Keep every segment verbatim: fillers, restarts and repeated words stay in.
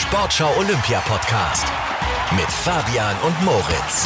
Sportschau Olympia Podcast mit Fabian und Moritz.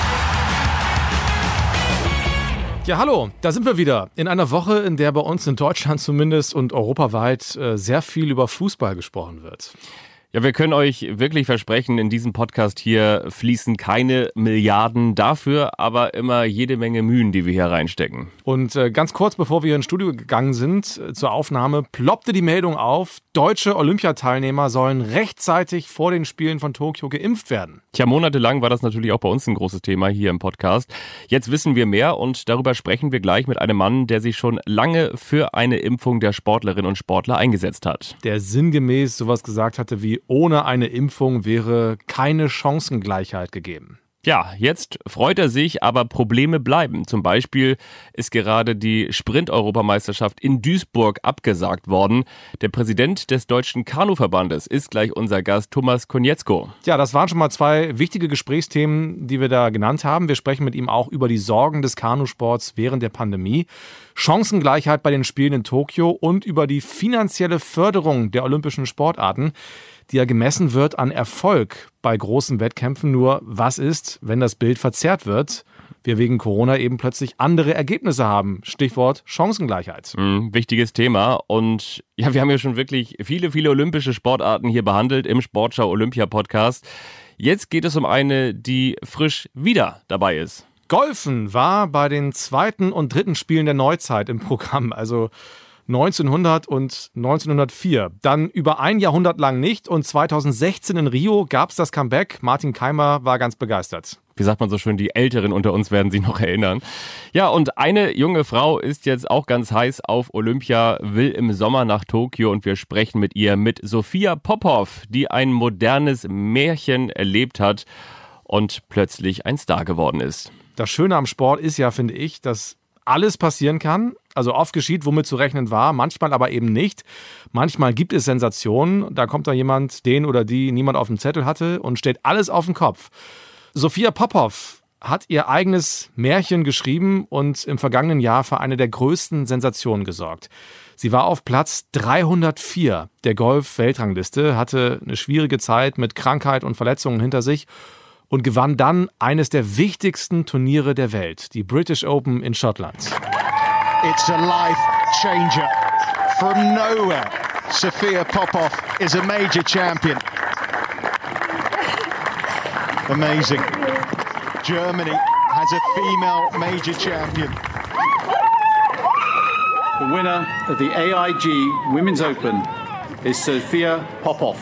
Ja, hallo, da sind wir wieder. In einer Woche, in der bei uns in Deutschland zumindest und europaweit äh, sehr viel über Fußball gesprochen wird. Ja, wir können euch wirklich versprechen, in diesem Podcast hier fließen keine Milliarden, dafür aber immer jede Menge Mühen, die wir hier reinstecken. Und äh, ganz kurz bevor wir ins Studio gegangen sind, äh, zur Aufnahme, ploppte die Meldung auf, deutsche Olympiateilnehmer sollen rechtzeitig vor den Spielen von Tokio geimpft werden. Tja, monatelang war das natürlich auch bei uns ein großes Thema hier im Podcast. Jetzt wissen wir mehr und darüber sprechen wir gleich mit einem Mann, der sich schon lange für eine Impfung der Sportlerinnen und Sportler eingesetzt hat. Der sinngemäß sowas gesagt hatte wie, ohne eine Impfung wäre keine Chancengleichheit gegeben. Ja, jetzt freut er sich, aber Probleme bleiben. Zum Beispiel ist gerade die Sprint-Europameisterschaft in Duisburg abgesagt worden. Der Präsident des Deutschen Kanuverbandes ist gleich unser Gast, Thomas Konietzko. Ja, das waren schon mal zwei wichtige Gesprächsthemen, die wir da genannt haben. Wir sprechen mit ihm auch über die Sorgen des Kanusports während der Pandemie, Chancengleichheit bei den Spielen in Tokio und über die finanzielle Förderung der olympischen Sportarten, die ja gemessen wird an Erfolg bei großen Wettkämpfen. Nur was ist, wenn das Bild verzerrt wird? Wir wegen Corona eben plötzlich andere Ergebnisse haben. Stichwort Chancengleichheit. Mhm, wichtiges Thema. Und ja, wir haben ja schon wirklich viele, viele olympische Sportarten hier behandelt im Sportschau Olympia Podcast. Jetzt geht es um eine, die frisch wieder dabei ist. Golfen war bei den zweiten und dritten Spielen der Neuzeit im Programm. Also neunzehnhundert und neunzehnhundertvier. Dann über ein Jahrhundert lang nicht und zweitausendsechzehn in Rio gab es das Comeback. Martin Keimer war ganz begeistert. Wie sagt man so schön, die Älteren unter uns werden sich noch erinnern. Ja, und eine junge Frau ist jetzt auch ganz heiß auf Olympia, will im Sommer nach Tokio und wir sprechen mit ihr, mit Sophia Popov, die ein modernes Märchen erlebt hat und plötzlich ein Star geworden ist. Das Schöne am Sport ist ja, finde ich, dass alles passieren kann. Also oft geschieht, womit zu rechnen war, manchmal aber eben nicht. Manchmal gibt es Sensationen, da kommt da jemand, den oder die niemand auf dem Zettel hatte und stellt alles auf den Kopf. Sophia Popov hat ihr eigenes Märchen geschrieben und im vergangenen Jahr für eine der größten Sensationen gesorgt. Sie war auf Platz dreihundertvier der Golf-Weltrangliste, hatte eine schwierige Zeit mit Krankheit und Verletzungen hinter sich und gewann dann eines der wichtigsten Turniere der Welt, die British Open in Schottland. It's a life changer. From nowhere, Sophia Popov is a major champion. Amazing. Germany has a female major champion. The winner of the A I G Women's Open is Sophia Popov.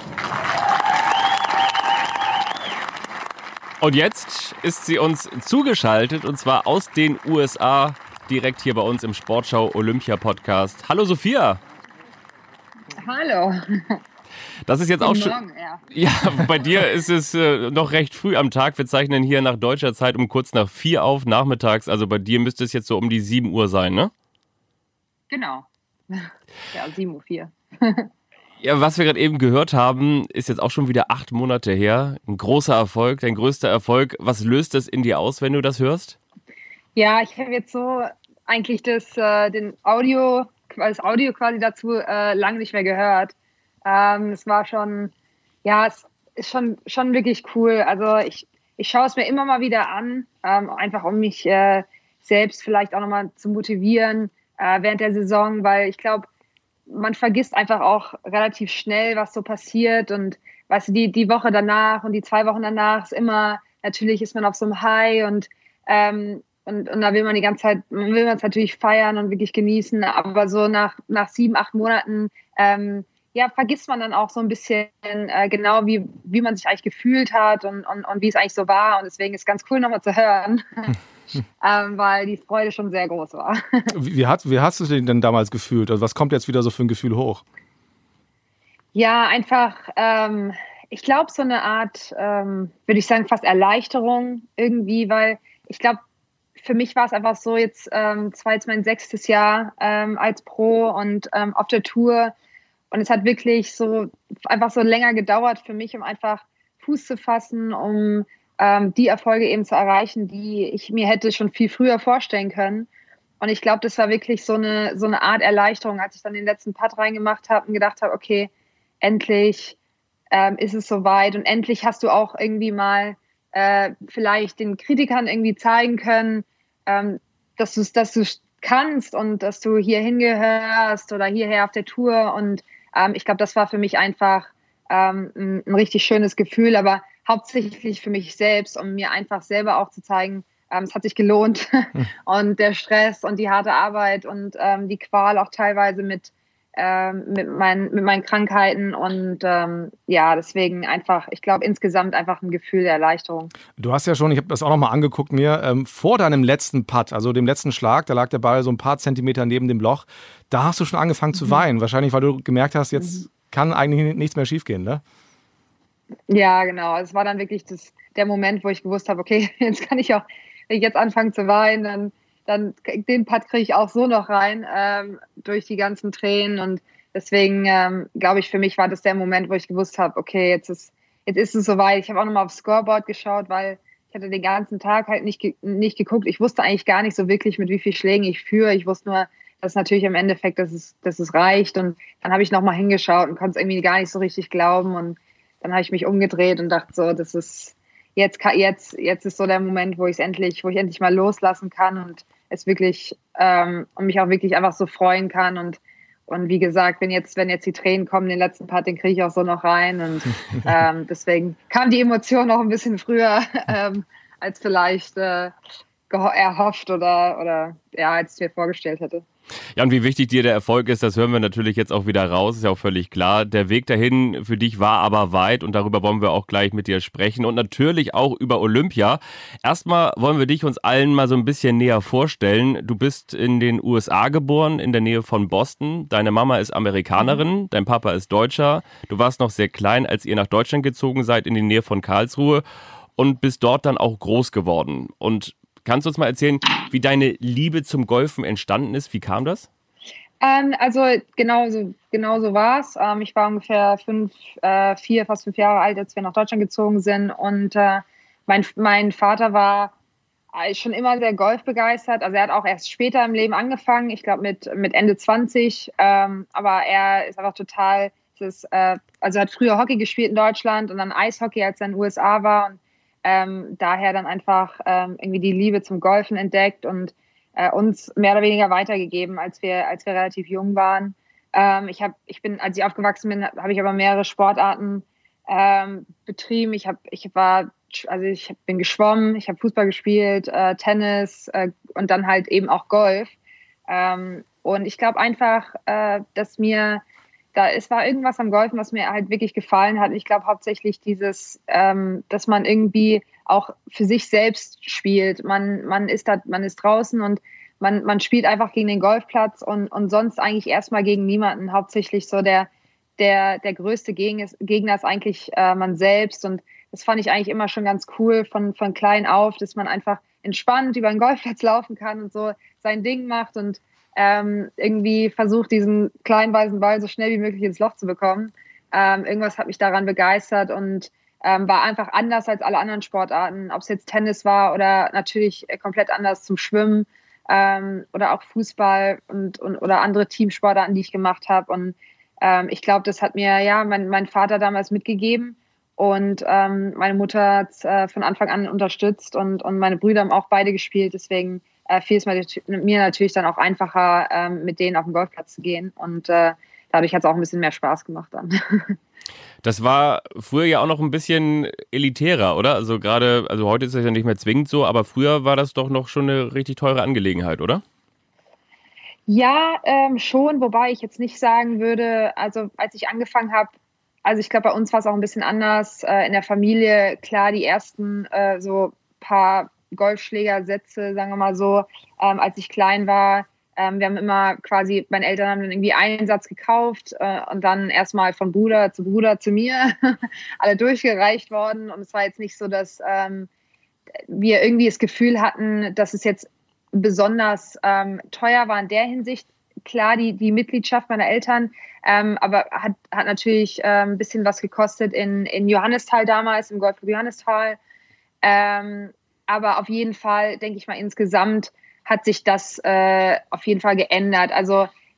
Und jetzt ist sie uns zugeschaltet und zwar aus den U S A, direkt hier bei uns im Sportschau Olympia Podcast. Hallo Sophia. Hallo. Das ist jetzt Guten auch schon. Morgen, ja. Ja, bei dir ist es äh, noch recht früh am Tag. Wir zeichnen hier nach deutscher Zeit um kurz nach vier auf, nachmittags. Also bei dir müsste es jetzt so um die sieben Uhr sein, ne? Genau. Ja, sieben Uhr vier. Ja, was wir gerade eben gehört haben, ist jetzt auch schon wieder acht Monate her. Ein großer Erfolg, dein größter Erfolg. Was löst das in dir aus, wenn du das hörst? Ja, ich habe jetzt so eigentlich das, äh, den Audio, das Audio quasi dazu äh, lange nicht mehr gehört. Ähm, es war schon, ja, es ist schon, schon wirklich cool. Also ich, ich schaue es mir immer mal wieder an, ähm, einfach um mich äh, selbst vielleicht auch nochmal zu motivieren äh, während der Saison, weil ich glaube, man vergisst einfach auch relativ schnell, was so passiert und weißt du, die, die Woche danach und die zwei Wochen danach ist immer, natürlich ist man auf so einem High und, ähm, und, und da will man die ganze Zeit, man will man es natürlich feiern und wirklich genießen, aber so nach, nach sieben, acht Monaten, ähm, ja, vergisst man dann auch so ein bisschen äh, genau, wie, wie man sich eigentlich gefühlt hat und, und, und wie es eigentlich so war und deswegen ist es ganz cool, nochmal zu hören. ähm, weil die Freude schon sehr groß war. Wie, wie, hat, wie hast du dich denn damals gefühlt? Also was kommt jetzt wieder so für ein Gefühl hoch? Ja, einfach, ähm, ich glaube, so eine Art, ähm, würde ich sagen, fast Erleichterung irgendwie, weil ich glaube, für mich war es einfach so, jetzt, ähm, es war jetzt mein sechstes Jahr ähm, als Pro und ähm, auf der Tour und es hat wirklich so einfach so länger gedauert für mich, um einfach Fuß zu fassen, um ähm, die Erfolge eben zu erreichen, die ich mir hätte schon viel früher vorstellen können. Und ich glaube, das war wirklich so eine, so eine Art Erleichterung, als ich dann den letzten Putt reingemacht habe und gedacht habe, okay, endlich ähm, ist es soweit und endlich hast du auch irgendwie mal äh, vielleicht den Kritikern irgendwie zeigen können, ähm, dass du dass du kannst und dass du hier hingehörst oder hierher auf der Tour. Und ähm, ich glaube, das war für mich einfach ähm, ein, ein richtig schönes Gefühl, aber hauptsächlich für mich selbst, um mir einfach selber auch zu zeigen, ähm, es hat sich gelohnt. Und der Stress und die harte Arbeit und ähm, die Qual auch teilweise mit ähm, mit, mein, mit meinen Krankheiten und ähm, ja, deswegen einfach, ich glaube, insgesamt einfach ein Gefühl der Erleichterung. Du hast ja schon, ich habe das auch nochmal angeguckt mir, ähm, vor deinem letzten Putt, also dem letzten Schlag, da lag der Ball so ein paar Zentimeter neben dem Loch, da hast du schon angefangen zu mhm. weinen. Wahrscheinlich, weil du gemerkt hast, jetzt mhm. kann eigentlich nichts mehr schiefgehen, ne? Ja, genau. Es war dann wirklich das, der Moment, wo ich gewusst habe, okay, jetzt kann ich auch, wenn ich jetzt anfange zu weinen, dann dann den Putt kriege ich auch so noch rein ähm, durch die ganzen Tränen und deswegen ähm, glaube ich, für mich war das der Moment, wo ich gewusst habe, okay, jetzt ist jetzt ist es soweit. Ich habe auch nochmal aufs Scoreboard geschaut, weil ich hatte den ganzen Tag halt nicht, ge- nicht geguckt. Ich wusste eigentlich gar nicht so wirklich, mit wie vielen Schlägen ich führe. Ich wusste nur, dass natürlich im Endeffekt, dass es, dass es reicht und dann habe ich nochmal hingeschaut und konnte es irgendwie gar nicht so richtig glauben und dann habe ich mich umgedreht und dachte so, das ist jetzt, jetzt, jetzt ist so der Moment, wo ich es endlich, wo ich endlich mal loslassen kann und es wirklich ähm, und mich auch wirklich einfach so freuen kann und und wie gesagt, wenn jetzt wenn jetzt die Tränen kommen, den letzten Part, den kriege ich auch so noch rein und ähm, deswegen kam die Emotion noch ein bisschen früher ähm, als vielleicht äh, erhofft oder oder ja, als ich mir vorgestellt hätte. Ja, und wie wichtig dir der Erfolg ist, das hören wir natürlich jetzt auch wieder raus, ist ja auch völlig klar. Der Weg dahin für dich war aber weit und darüber wollen wir auch gleich mit dir sprechen und natürlich auch über Olympia. Erstmal wollen wir dich uns allen mal so ein bisschen näher vorstellen. Du bist in den U S A geboren, in der Nähe von Boston. Deine Mama ist Amerikanerin, dein Papa ist Deutscher. Du warst noch sehr klein, als ihr nach Deutschland gezogen seid, in die Nähe von Karlsruhe und bist dort dann auch groß geworden. Und kannst du uns mal erzählen, wie deine Liebe zum Golfen entstanden ist? Wie kam das? Ähm, also genau so, genau so war es. Ähm, ich war ungefähr fünf, äh, vier, fast fünf Jahre alt, als wir nach Deutschland gezogen sind. Und äh, mein, mein Vater war schon immer sehr golfbegeistert. Also er hat auch erst später im Leben angefangen, ich glaube mit, mit Ende zwanzig. Ähm, aber er ist einfach total, ist, äh, also er hat früher Hockey gespielt in Deutschland und dann Eishockey, als er in den U S A war. Und Ähm, daher dann einfach ähm, irgendwie die Liebe zum Golfen entdeckt und äh, uns mehr oder weniger weitergegeben, als wir als wir relativ jung waren. Ähm, ich habe, ich bin, als ich aufgewachsen bin, habe ich aber mehrere Sportarten ähm, betrieben. Ich habe, ich war, also ich bin geschwommen, ich habe Fußball gespielt, äh, Tennis äh, und dann halt eben auch Golf. Ähm, und ich glaube einfach, äh, dass mir Da, es war irgendwas am Golfen, was mir halt wirklich gefallen hat. Ich glaube hauptsächlich dieses, ähm, dass man irgendwie auch für sich selbst spielt. Man, man ist da, man ist draußen und man, man spielt einfach gegen den Golfplatz und, und sonst eigentlich erstmal gegen niemanden. Hauptsächlich so der, der, der größte Gegner ist eigentlich äh, man selbst. Und das fand ich eigentlich immer schon ganz cool von, von klein auf, dass man einfach entspannt über den Golfplatz laufen kann und so sein Ding macht und Ähm, irgendwie versucht, diesen kleinen weißen Ball so schnell wie möglich ins Loch zu bekommen. Ähm, irgendwas hat mich daran begeistert und ähm, war einfach anders als alle anderen Sportarten, ob es jetzt Tennis war oder natürlich komplett anders zum Schwimmen ähm, oder auch Fußball und, und oder andere Teamsportarten, die ich gemacht habe. Und ähm, ich glaube, das hat mir ja mein, mein Vater damals mitgegeben und ähm, meine Mutter hat es äh, von Anfang an unterstützt und, und meine Brüder haben auch beide gespielt, deswegen Äh, fiel es mir natürlich dann auch einfacher, ähm, mit denen auf den Golfplatz zu gehen. Und äh, dadurch hat es auch ein bisschen mehr Spaß gemacht dann. Das war früher ja auch noch ein bisschen elitärer, oder? Also gerade, also heute ist das ja nicht mehr zwingend so, aber früher war das doch noch schon eine richtig teure Angelegenheit, oder? Ja, ähm, schon, wobei ich jetzt nicht sagen würde, also als ich angefangen habe, also ich glaube, bei uns war es auch ein bisschen anders. Äh, in der Familie, klar, die ersten äh, so paar Golfschlägersätze, sagen wir mal so, ähm, als ich klein war. Ähm, wir haben immer quasi, meine Eltern haben dann irgendwie einen Satz gekauft äh, und dann erstmal von Bruder zu Bruder zu mir alle durchgereicht worden. Und es war jetzt nicht so, dass ähm, wir irgendwie das Gefühl hatten, dass es jetzt besonders ähm, teuer war in der Hinsicht. Klar, die, die Mitgliedschaft meiner Eltern, ähm, aber hat, hat natürlich ähm, ein bisschen was gekostet in, in Johannisthal damals, im Golfclub Johannisthal. Ähm, Aber auf jeden Fall, denke ich mal, insgesamt hat sich das äh, auf jeden Fall geändert. Also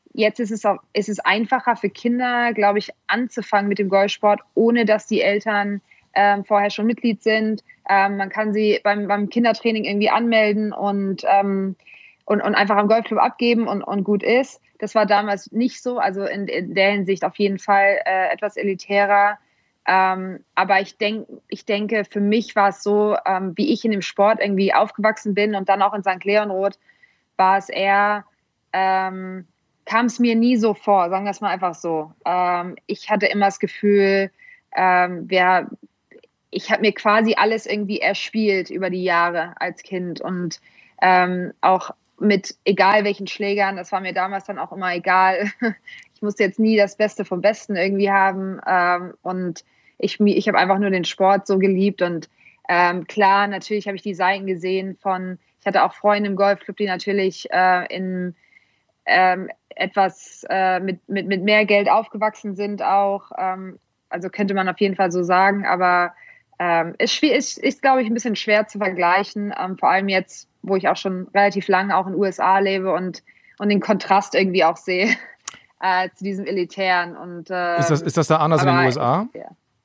jetzt ist es auch, ist es einfacher für Kinder, glaube ich, anzufangen mit dem Golfsport, ohne dass die Eltern ähm, vorher schon Mitglied sind. Ähm, man kann sie beim, beim Kindertraining irgendwie anmelden und, ähm, und, und einfach am Golfclub abgeben und, und gut ist. Das war damals nicht so, also in, in der Hinsicht auf jeden Fall äh, etwas elitärer. Ähm, aber ich, denk, ich denke, für mich war es so, ähm, wie ich in dem Sport irgendwie aufgewachsen bin und dann auch in Sankt Leonroth, war es eher, ähm, kam es mir nie so vor, sagen wir es mal einfach so. Ähm, ich hatte immer das Gefühl, ähm, wer, ich habe mir quasi alles irgendwie erspielt über die Jahre als Kind und ähm, auch mit egal welchen Schlägern, das war mir damals dann auch immer egal. Ich musste jetzt nie das Beste vom Besten irgendwie haben ähm, und ich, ich habe einfach nur den Sport so geliebt und ähm, klar, natürlich habe ich die Seiten gesehen von, ich hatte auch Freunde im Golfclub, die natürlich äh, in ähm, etwas äh, mit, mit, mit mehr Geld aufgewachsen sind auch, ähm, also könnte man auf jeden Fall so sagen, aber ähm, es ist, ist, ist glaube ich, ein bisschen schwer zu vergleichen, ähm, vor allem jetzt, wo ich auch schon relativ lange auch in den U S A lebe und, und den Kontrast irgendwie auch sehe äh, zu diesem Elitären. Und, äh, ist, das, ist das da anders aber, in den U S A? Ja.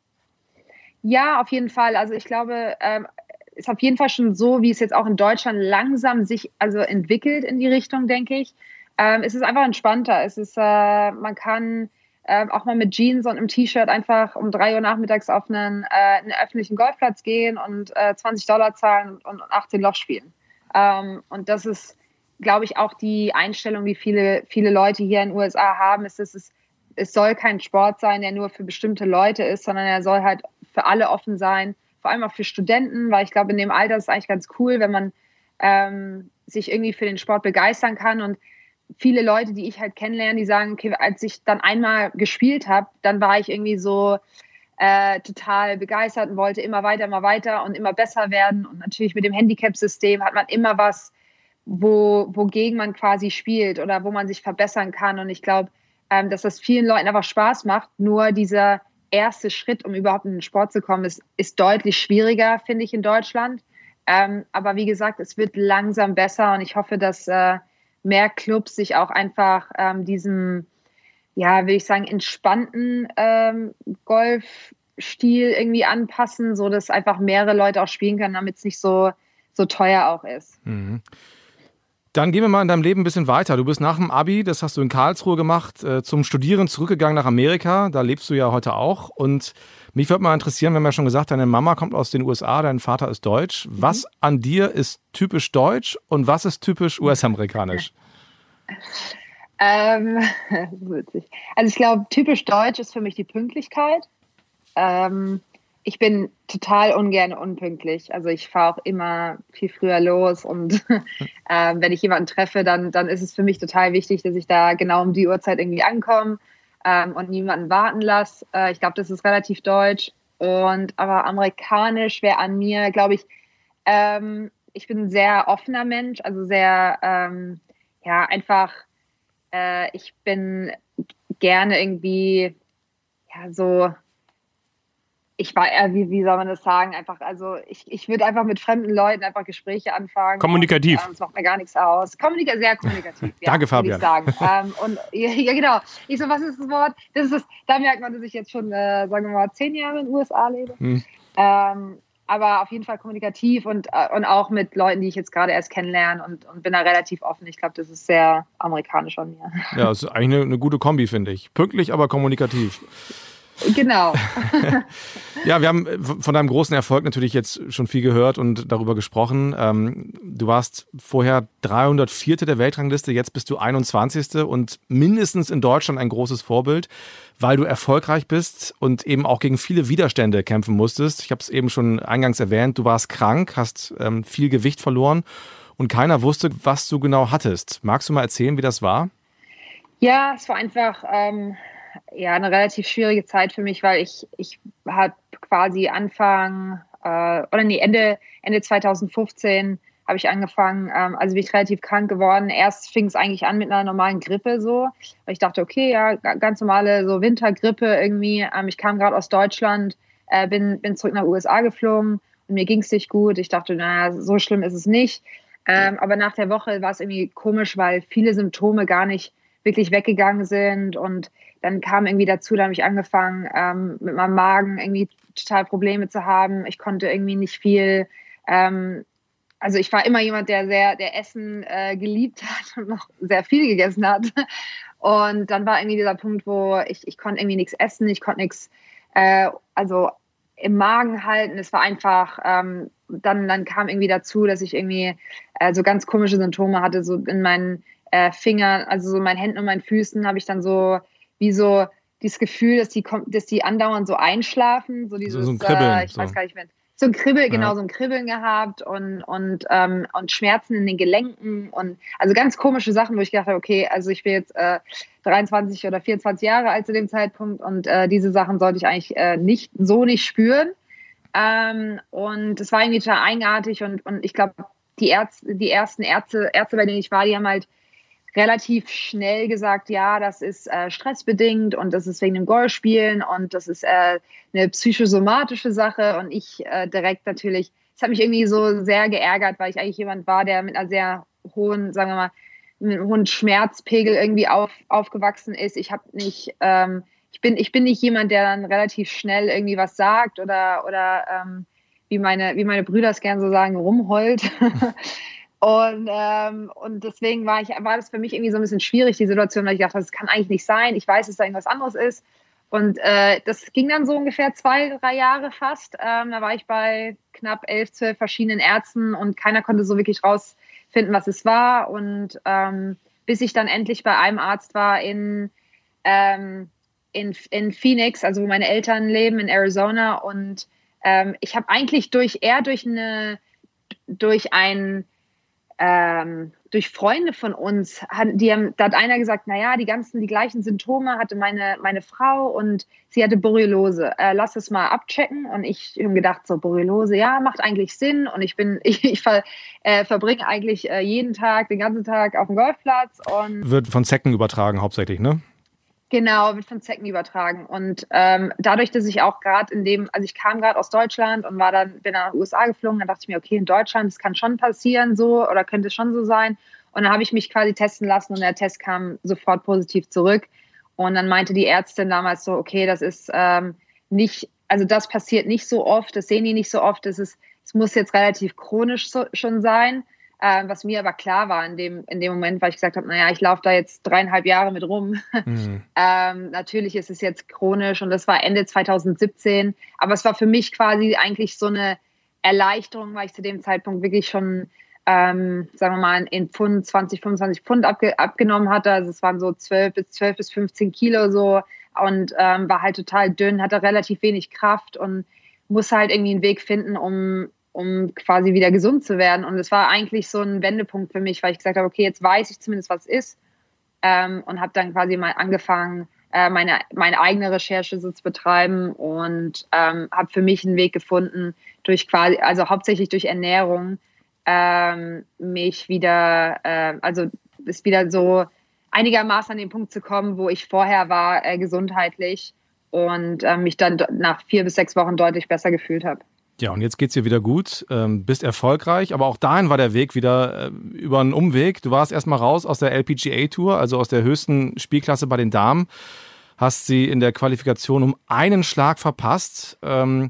ja, auf jeden Fall. Also ich glaube, ähm, ist auf jeden Fall schon so, wie es jetzt auch in Deutschland langsam sich also entwickelt in die Richtung, denke ich. Ähm, es ist einfach entspannter. Es ist, äh, man kann äh, auch mal mit Jeans und einem T-Shirt einfach um drei Uhr nachmittags auf einen, äh, einen öffentlichen Golfplatz gehen und äh, zwanzig Dollar zahlen und, und achtzehn Loch spielen. Ähm, und das ist, glaube ich, auch die Einstellung, die viele, viele Leute hier in den U S A haben, ist, dass es, es soll kein Sport sein, der nur für bestimmte Leute ist, sondern er soll halt für alle offen sein, vor allem auch für Studenten, weil ich glaube, in dem Alter ist es eigentlich ganz cool, wenn man ähm, sich irgendwie für den Sport begeistern kann und viele Leute, die ich halt kennenlerne, die sagen, okay, als ich dann einmal gespielt habe, dann war ich irgendwie so äh, total begeistert und wollte immer weiter, immer weiter und immer besser werden. Und natürlich mit dem Handicap-System hat man immer was, wo, wogegen man quasi spielt oder wo man sich verbessern kann. Und ich glaube, ähm, dass das vielen Leuten einfach Spaß macht. Nur dieser erste Schritt, um überhaupt in den Sport zu kommen, ist, ist deutlich schwieriger, finde ich, in Deutschland. Ähm, aber wie gesagt, es wird langsam besser und ich hoffe, dass äh, mehr Clubs sich auch einfach ähm, diesem, ja, will ich sagen, entspannten ähm, Golfstil irgendwie anpassen, so dass einfach mehrere Leute auch spielen können, damit es nicht so, so teuer auch ist. Mhm. Dann gehen wir mal in deinem Leben ein bisschen weiter. Du bist nach dem Abi, das hast du in Karlsruhe gemacht, äh, zum Studieren zurückgegangen nach Amerika. Da lebst du ja heute auch. Und mich würde mal interessieren, wir haben ja schon gesagt, deine Mama kommt aus den U S A, dein Vater ist deutsch. Mhm. Was an dir ist typisch deutsch und was ist typisch U S-amerikanisch? ähm, witzig. Also ich glaube, typisch deutsch ist für mich die Pünktlichkeit. Ähm, ich bin total ungern unpünktlich. Also ich fahre auch immer viel früher los und äh, wenn ich jemanden treffe, dann, dann ist es für mich total wichtig, dass ich da genau um die Uhrzeit irgendwie ankomme ähm, und niemanden warten lasse. Äh, ich glaube, das ist relativ deutsch. Und aber amerikanisch wäre an mir, glaube ich, ähm, ich bin ein sehr offener Mensch, also sehr, ähm, ja, einfach, äh, ich bin gerne irgendwie, ja, so, ich war eher, wie, wie soll man das sagen, einfach, also ich, ich würde einfach mit fremden Leuten einfach Gespräche anfangen. Kommunikativ. Und, ähm, das macht mir gar nichts aus. Kommunika- sehr kommunikativ, ja. Danke, Fabian. Würde ich sagen. ähm, und ja, ja, genau. Ich so, was ist das Wort? Das ist das, da merkt man, dass ich jetzt schon, äh, sagen wir mal, zehn Jahre in den U S A lebe. Hm. Ähm, aber auf jeden Fall kommunikativ und, äh, und auch mit Leuten, die ich jetzt gerade erst kennenlerne und, und bin da relativ offen. Ich glaube, das ist sehr amerikanisch von mir. Ja, das ist eigentlich eine, eine gute Kombi, finde ich. Pünktlich, aber kommunikativ. Genau. Ja, wir haben von deinem großen Erfolg natürlich jetzt schon viel gehört und darüber gesprochen. Ähm, du warst vorher dreihundertvierte der Weltrangliste, jetzt bist du einundzwanzigste und mindestens in Deutschland ein großes Vorbild, weil du erfolgreich bist und eben auch gegen viele Widerstände kämpfen musstest. Ich habe es eben schon eingangs erwähnt, du warst krank, hast ähm, viel Gewicht verloren und keiner wusste, was du genau hattest. Magst du mal erzählen, wie das war? Ja, es war einfach... Ähm ja, eine relativ schwierige Zeit für mich, weil ich, ich habe quasi Anfang, äh, oder nee, Ende, Ende zweitausendfünfzehn habe ich angefangen, ähm, also bin ich relativ krank geworden. Erst fing es eigentlich an mit einer normalen Grippe so, weil ich dachte, okay, ja, ganz normale so Wintergrippe irgendwie. Ähm, ich kam gerade aus Deutschland, äh, bin, bin zurück nach U S A geflogen und mir ging es nicht gut. Ich dachte, naja, so schlimm ist es nicht. Ähm, aber nach der Woche war es irgendwie komisch, weil viele Symptome gar nicht wirklich weggegangen sind. Und dann kam irgendwie dazu, da habe ich angefangen, ähm, mit meinem Magen irgendwie total Probleme zu haben. Ich konnte irgendwie nicht viel. Ähm, also ich war immer jemand, der sehr, der Essen äh, geliebt hat und noch sehr viel gegessen hat. Und dann war irgendwie dieser Punkt, wo ich, ich konnte irgendwie nichts essen, ich konnte nichts, äh, also im Magen halten. Es war einfach, ähm, dann, dann kam irgendwie dazu, dass ich irgendwie äh, so ganz komische Symptome hatte, so in meinen äh, Fingern, also so in meinen Händen und meinen Füßen habe ich dann so, wie so dieses Gefühl, dass die, dass die andauernd so einschlafen, so dieses, so, so ein Kribbeln, äh, ich so. weiß gar nicht mehr, so ein Kribbeln, genau, ja. so ein Kribbeln gehabt und, und, ähm, und Schmerzen in den Gelenken und also ganz komische Sachen, wo ich gedacht habe, okay, also ich bin jetzt äh, dreiundzwanzig oder vierundzwanzig Jahre alt zu dem Zeitpunkt und äh, diese Sachen sollte ich eigentlich äh, nicht so nicht spüren. Ähm, und es war irgendwie total eigenartig und, und ich glaube, die Ärzte, die ersten Ärzte, Ärzte, bei denen ich war, die haben halt relativ schnell gesagt, ja, das ist äh, stressbedingt und das ist wegen dem Golfspielen und das ist äh, eine psychosomatische Sache und ich äh, direkt natürlich, es hat mich irgendwie so sehr geärgert, weil ich eigentlich jemand war, der mit einer sehr hohen, sagen wir mal, mit einem hohen Schmerzpegel irgendwie auf, aufgewachsen ist. Ich habe nicht, ähm, ich bin, ich bin nicht jemand, der dann relativ schnell irgendwie was sagt oder, oder ähm, wie meine, wie meine Brüder es gern so sagen, rumheult. Und, ähm, und deswegen war, ich, war das für mich irgendwie so ein bisschen schwierig, die Situation, weil ich dachte, das kann eigentlich nicht sein. Ich weiß, dass da irgendwas anderes ist. Und äh, das ging dann so ungefähr zwei, drei Jahre fast. Ähm, da war ich bei knapp elf, zwölf verschiedenen Ärzten und keiner konnte so wirklich rausfinden, was es war. Und ähm, bis ich dann endlich bei einem Arzt war in, ähm, in, in Phoenix, also wo meine Eltern leben, in Arizona. Und ähm, ich habe eigentlich durch, eher durch eine, durch ein Ähm, durch Freunde von uns, hat, die haben, da hat einer gesagt, naja, die ganzen, die gleichen Symptome hatte meine, meine Frau und sie hatte Borreliose. Äh, lass es mal abchecken. Und ich habe gedacht, so Borreliose, ja, macht eigentlich Sinn. Und ich bin, ich, ich ver, äh, verbringe eigentlich äh, jeden Tag, den ganzen Tag auf dem Golfplatz. Und Wird von Zecken übertragen hauptsächlich, ne? Genau, wird von Zecken übertragen. Und ähm, dadurch, dass ich auch gerade in dem, also ich kam gerade aus Deutschland und war dann, bin dann nach den U S A geflogen, dann dachte ich mir, okay, in Deutschland, das kann schon passieren so oder könnte schon so sein. Und dann habe ich mich quasi testen lassen und der Test kam sofort positiv zurück. Und dann meinte die Ärztin damals so, okay, das ist ähm, nicht, also das passiert nicht so oft, das sehen die nicht so oft, das ist, es muss jetzt relativ chronisch so, schon sein. Ähm, was mir aber klar war in dem, in dem Moment, weil ich gesagt habe, naja, ich laufe da jetzt dreieinhalb Jahre mit rum. Mhm. ähm, natürlich ist es jetzt chronisch und das war Ende zwanzig siebzehn. Aber es war für mich quasi eigentlich so eine Erleichterung, weil ich zu dem Zeitpunkt wirklich schon, ähm, sagen wir mal, in Pfund, zwanzig, fünfundzwanzig Pfund abge- abgenommen hatte. Also es waren so zwölf bis zwölf bis fünfzehn Kilo so und ähm, war halt total dünn, hatte relativ wenig Kraft und musste halt irgendwie einen Weg finden, um um quasi wieder gesund zu werden. Und es war eigentlich so ein Wendepunkt für mich, weil ich gesagt habe, okay, jetzt weiß ich zumindest, was es ist. Ähm, und habe dann quasi mal angefangen, äh, meine, meine eigene Recherche so zu betreiben und ähm, habe für mich einen Weg gefunden, durch quasi, also hauptsächlich durch Ernährung, ähm, mich wieder, äh, also ist wieder so einigermaßen an den Punkt zu kommen, wo ich vorher war, äh, gesundheitlich und äh, mich dann nach vier bis sechs Wochen deutlich besser gefühlt habe. Ja, und jetzt geht's dir wieder gut, ähm, bist erfolgreich, aber auch dahin war der Weg wieder äh, über einen Umweg. Du warst erstmal raus aus der L P G A Tour, also aus der höchsten Spielklasse bei den Damen, hast sie in der Qualifikation um einen Schlag verpasst ähm,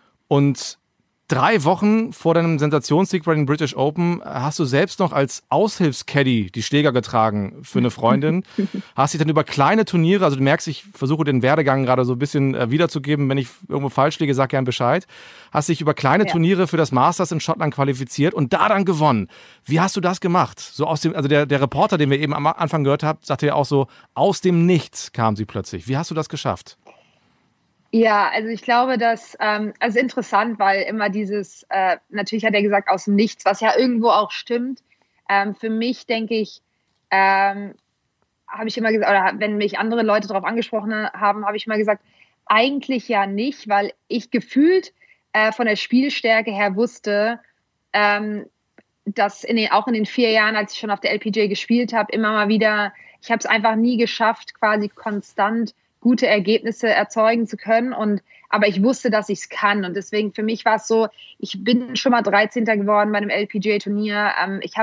und drei Wochen vor deinem Sensationssieg bei den British Open hast du selbst noch als Aushilfscaddy die Schläger getragen für eine Freundin. Hast dich dann über kleine Turniere, also du merkst, ich versuche den Werdegang gerade so ein bisschen äh, wiederzugeben, wenn ich irgendwo falsch liege, sag gern Bescheid. Hast dich über kleine ja. Turniere für das Masters in Schottland qualifiziert und da dann gewonnen. Wie hast du das gemacht? So aus dem, also der, der Reporter, den wir eben am Anfang gehört haben, sagte ja auch so, aus dem Nichts kam sie plötzlich. Wie hast du das geschafft? Ja, also ich glaube, dass, ähm, also interessant, weil immer dieses, äh, natürlich hat er gesagt, aus dem Nichts, was ja irgendwo auch stimmt. Ähm, für mich denke ich, ähm, habe ich immer gesagt, oder wenn mich andere Leute darauf angesprochen haben, habe ich immer gesagt, eigentlich ja nicht, weil ich gefühlt äh, von der Spielstärke her wusste, ähm, dass in den, auch in den vier Jahren, als ich schon auf der L P G A gespielt habe, immer mal wieder, ich habe es einfach nie geschafft, quasi konstant gute Ergebnisse erzeugen zu können. Und aber ich wusste, dass ich es kann. Und deswegen für mich war es so, ich bin schon mal dreizehnter geworden bei einem L P G A-Turnier. Ähm, ich habe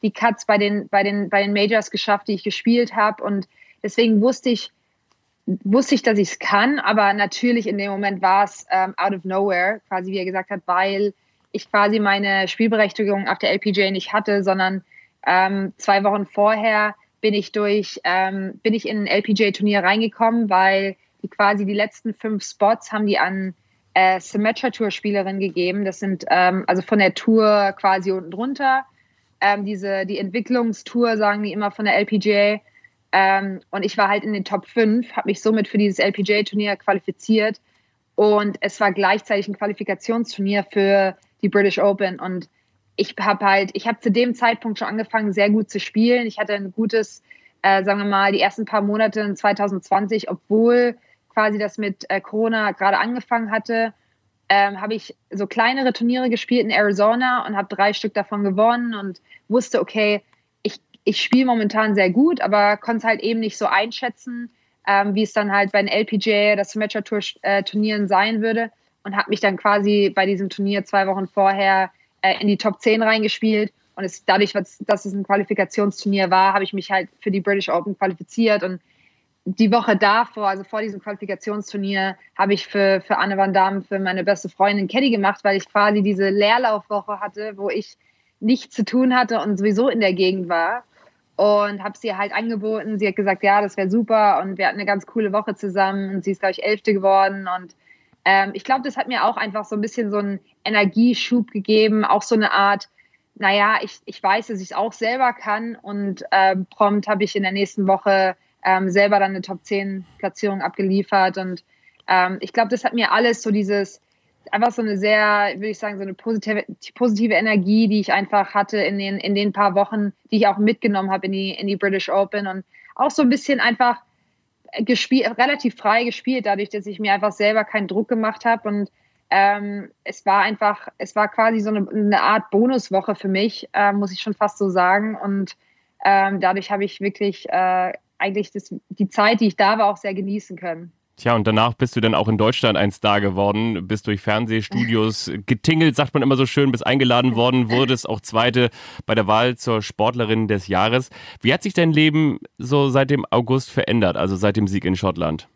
die Cuts bei den, bei den, bei den Majors geschafft, die ich gespielt habe. Und deswegen wusste ich, wusste ich, dass ich es kann. Aber natürlich in dem Moment war es ähm, out of nowhere, quasi wie er gesagt hat, weil ich quasi meine Spielberechtigung auf der L P G A nicht hatte, sondern ähm, zwei Wochen vorher bin ich durch, ähm, bin ich in ein L P G A-Turnier reingekommen, weil die quasi die letzten fünf Spots haben die an äh, Symetra-Tour-Spielerinnen gegeben. Das sind ähm, also von der Tour quasi unten drunter. Ähm, diese, die Entwicklungstour, sagen die immer von der L P G A. Ähm, und ich war halt in den Top fünf, habe mich somit für dieses L P G A-Turnier qualifiziert. Und es war gleichzeitig ein Qualifikationsturnier für die British Open. Und ich habe halt, ich habe zu dem Zeitpunkt schon angefangen, sehr gut zu spielen. Ich hatte ein gutes, äh, sagen wir mal, die ersten paar Monate in zwanzig zwanzig, obwohl quasi das mit äh, Corona gerade angefangen hatte, ähm, habe ich so kleinere Turniere gespielt in Arizona und habe drei Stück davon gewonnen und wusste, okay, ich, ich spiele momentan sehr gut, aber konnte es halt eben nicht so einschätzen, ähm, wie es dann halt bei den L P G A, das Symetra Tour äh, Turnieren sein würde, und habe mich dann quasi bei diesem Turnier zwei Wochen vorher äh, in die Top zehn reingespielt. Und es, dadurch, dass es ein Qualifikationsturnier war, habe ich mich halt für die British Open qualifiziert. Und die Woche davor, also vor diesem Qualifikationsturnier, habe ich für, für Anne van Dam, für meine beste Freundin Caddy gemacht, weil ich quasi diese Leerlaufwoche hatte, wo ich nichts zu tun hatte und sowieso in der Gegend war. Und habe sie halt angeboten. Sie hat gesagt, ja, das wäre super. Und wir hatten eine ganz coole Woche zusammen. Und sie ist, glaube ich, Elfte geworden. Und ähm, ich glaube, das hat mir auch einfach so ein bisschen so einen Energieschub gegeben. Auch so eine Art, naja, ich, ich weiß, dass ich es auch selber kann. Und ähm, prompt habe ich in der nächsten Woche ähm, selber dann eine Top zehn Platzierung abgeliefert. Und ähm, ich glaube, das hat mir alles so dieses, einfach so eine sehr, würde ich sagen, so eine positive, positive Energie, die ich einfach hatte in den, in den paar Wochen, die ich auch mitgenommen habe in die, in die British Open, und auch so ein bisschen einfach gespielt, relativ frei gespielt, dadurch, dass ich mir einfach selber keinen Druck gemacht habe. Und ähm, es war einfach, es war quasi so eine, eine Art Bonuswoche für mich, äh, muss ich schon fast so sagen. Und ähm, dadurch habe ich wirklich äh, eigentlich das, die Zeit, die ich da war, auch sehr genießen können. Tja, und danach bist du dann auch in Deutschland ein Star geworden, bist durch Fernsehstudios getingelt, sagt man immer so schön, bist eingeladen worden, wurdest auch Zweite bei der Wahl zur Sportlerin des Jahres. Wie hat sich dein Leben so seit dem August verändert, also seit dem Sieg in Schottland?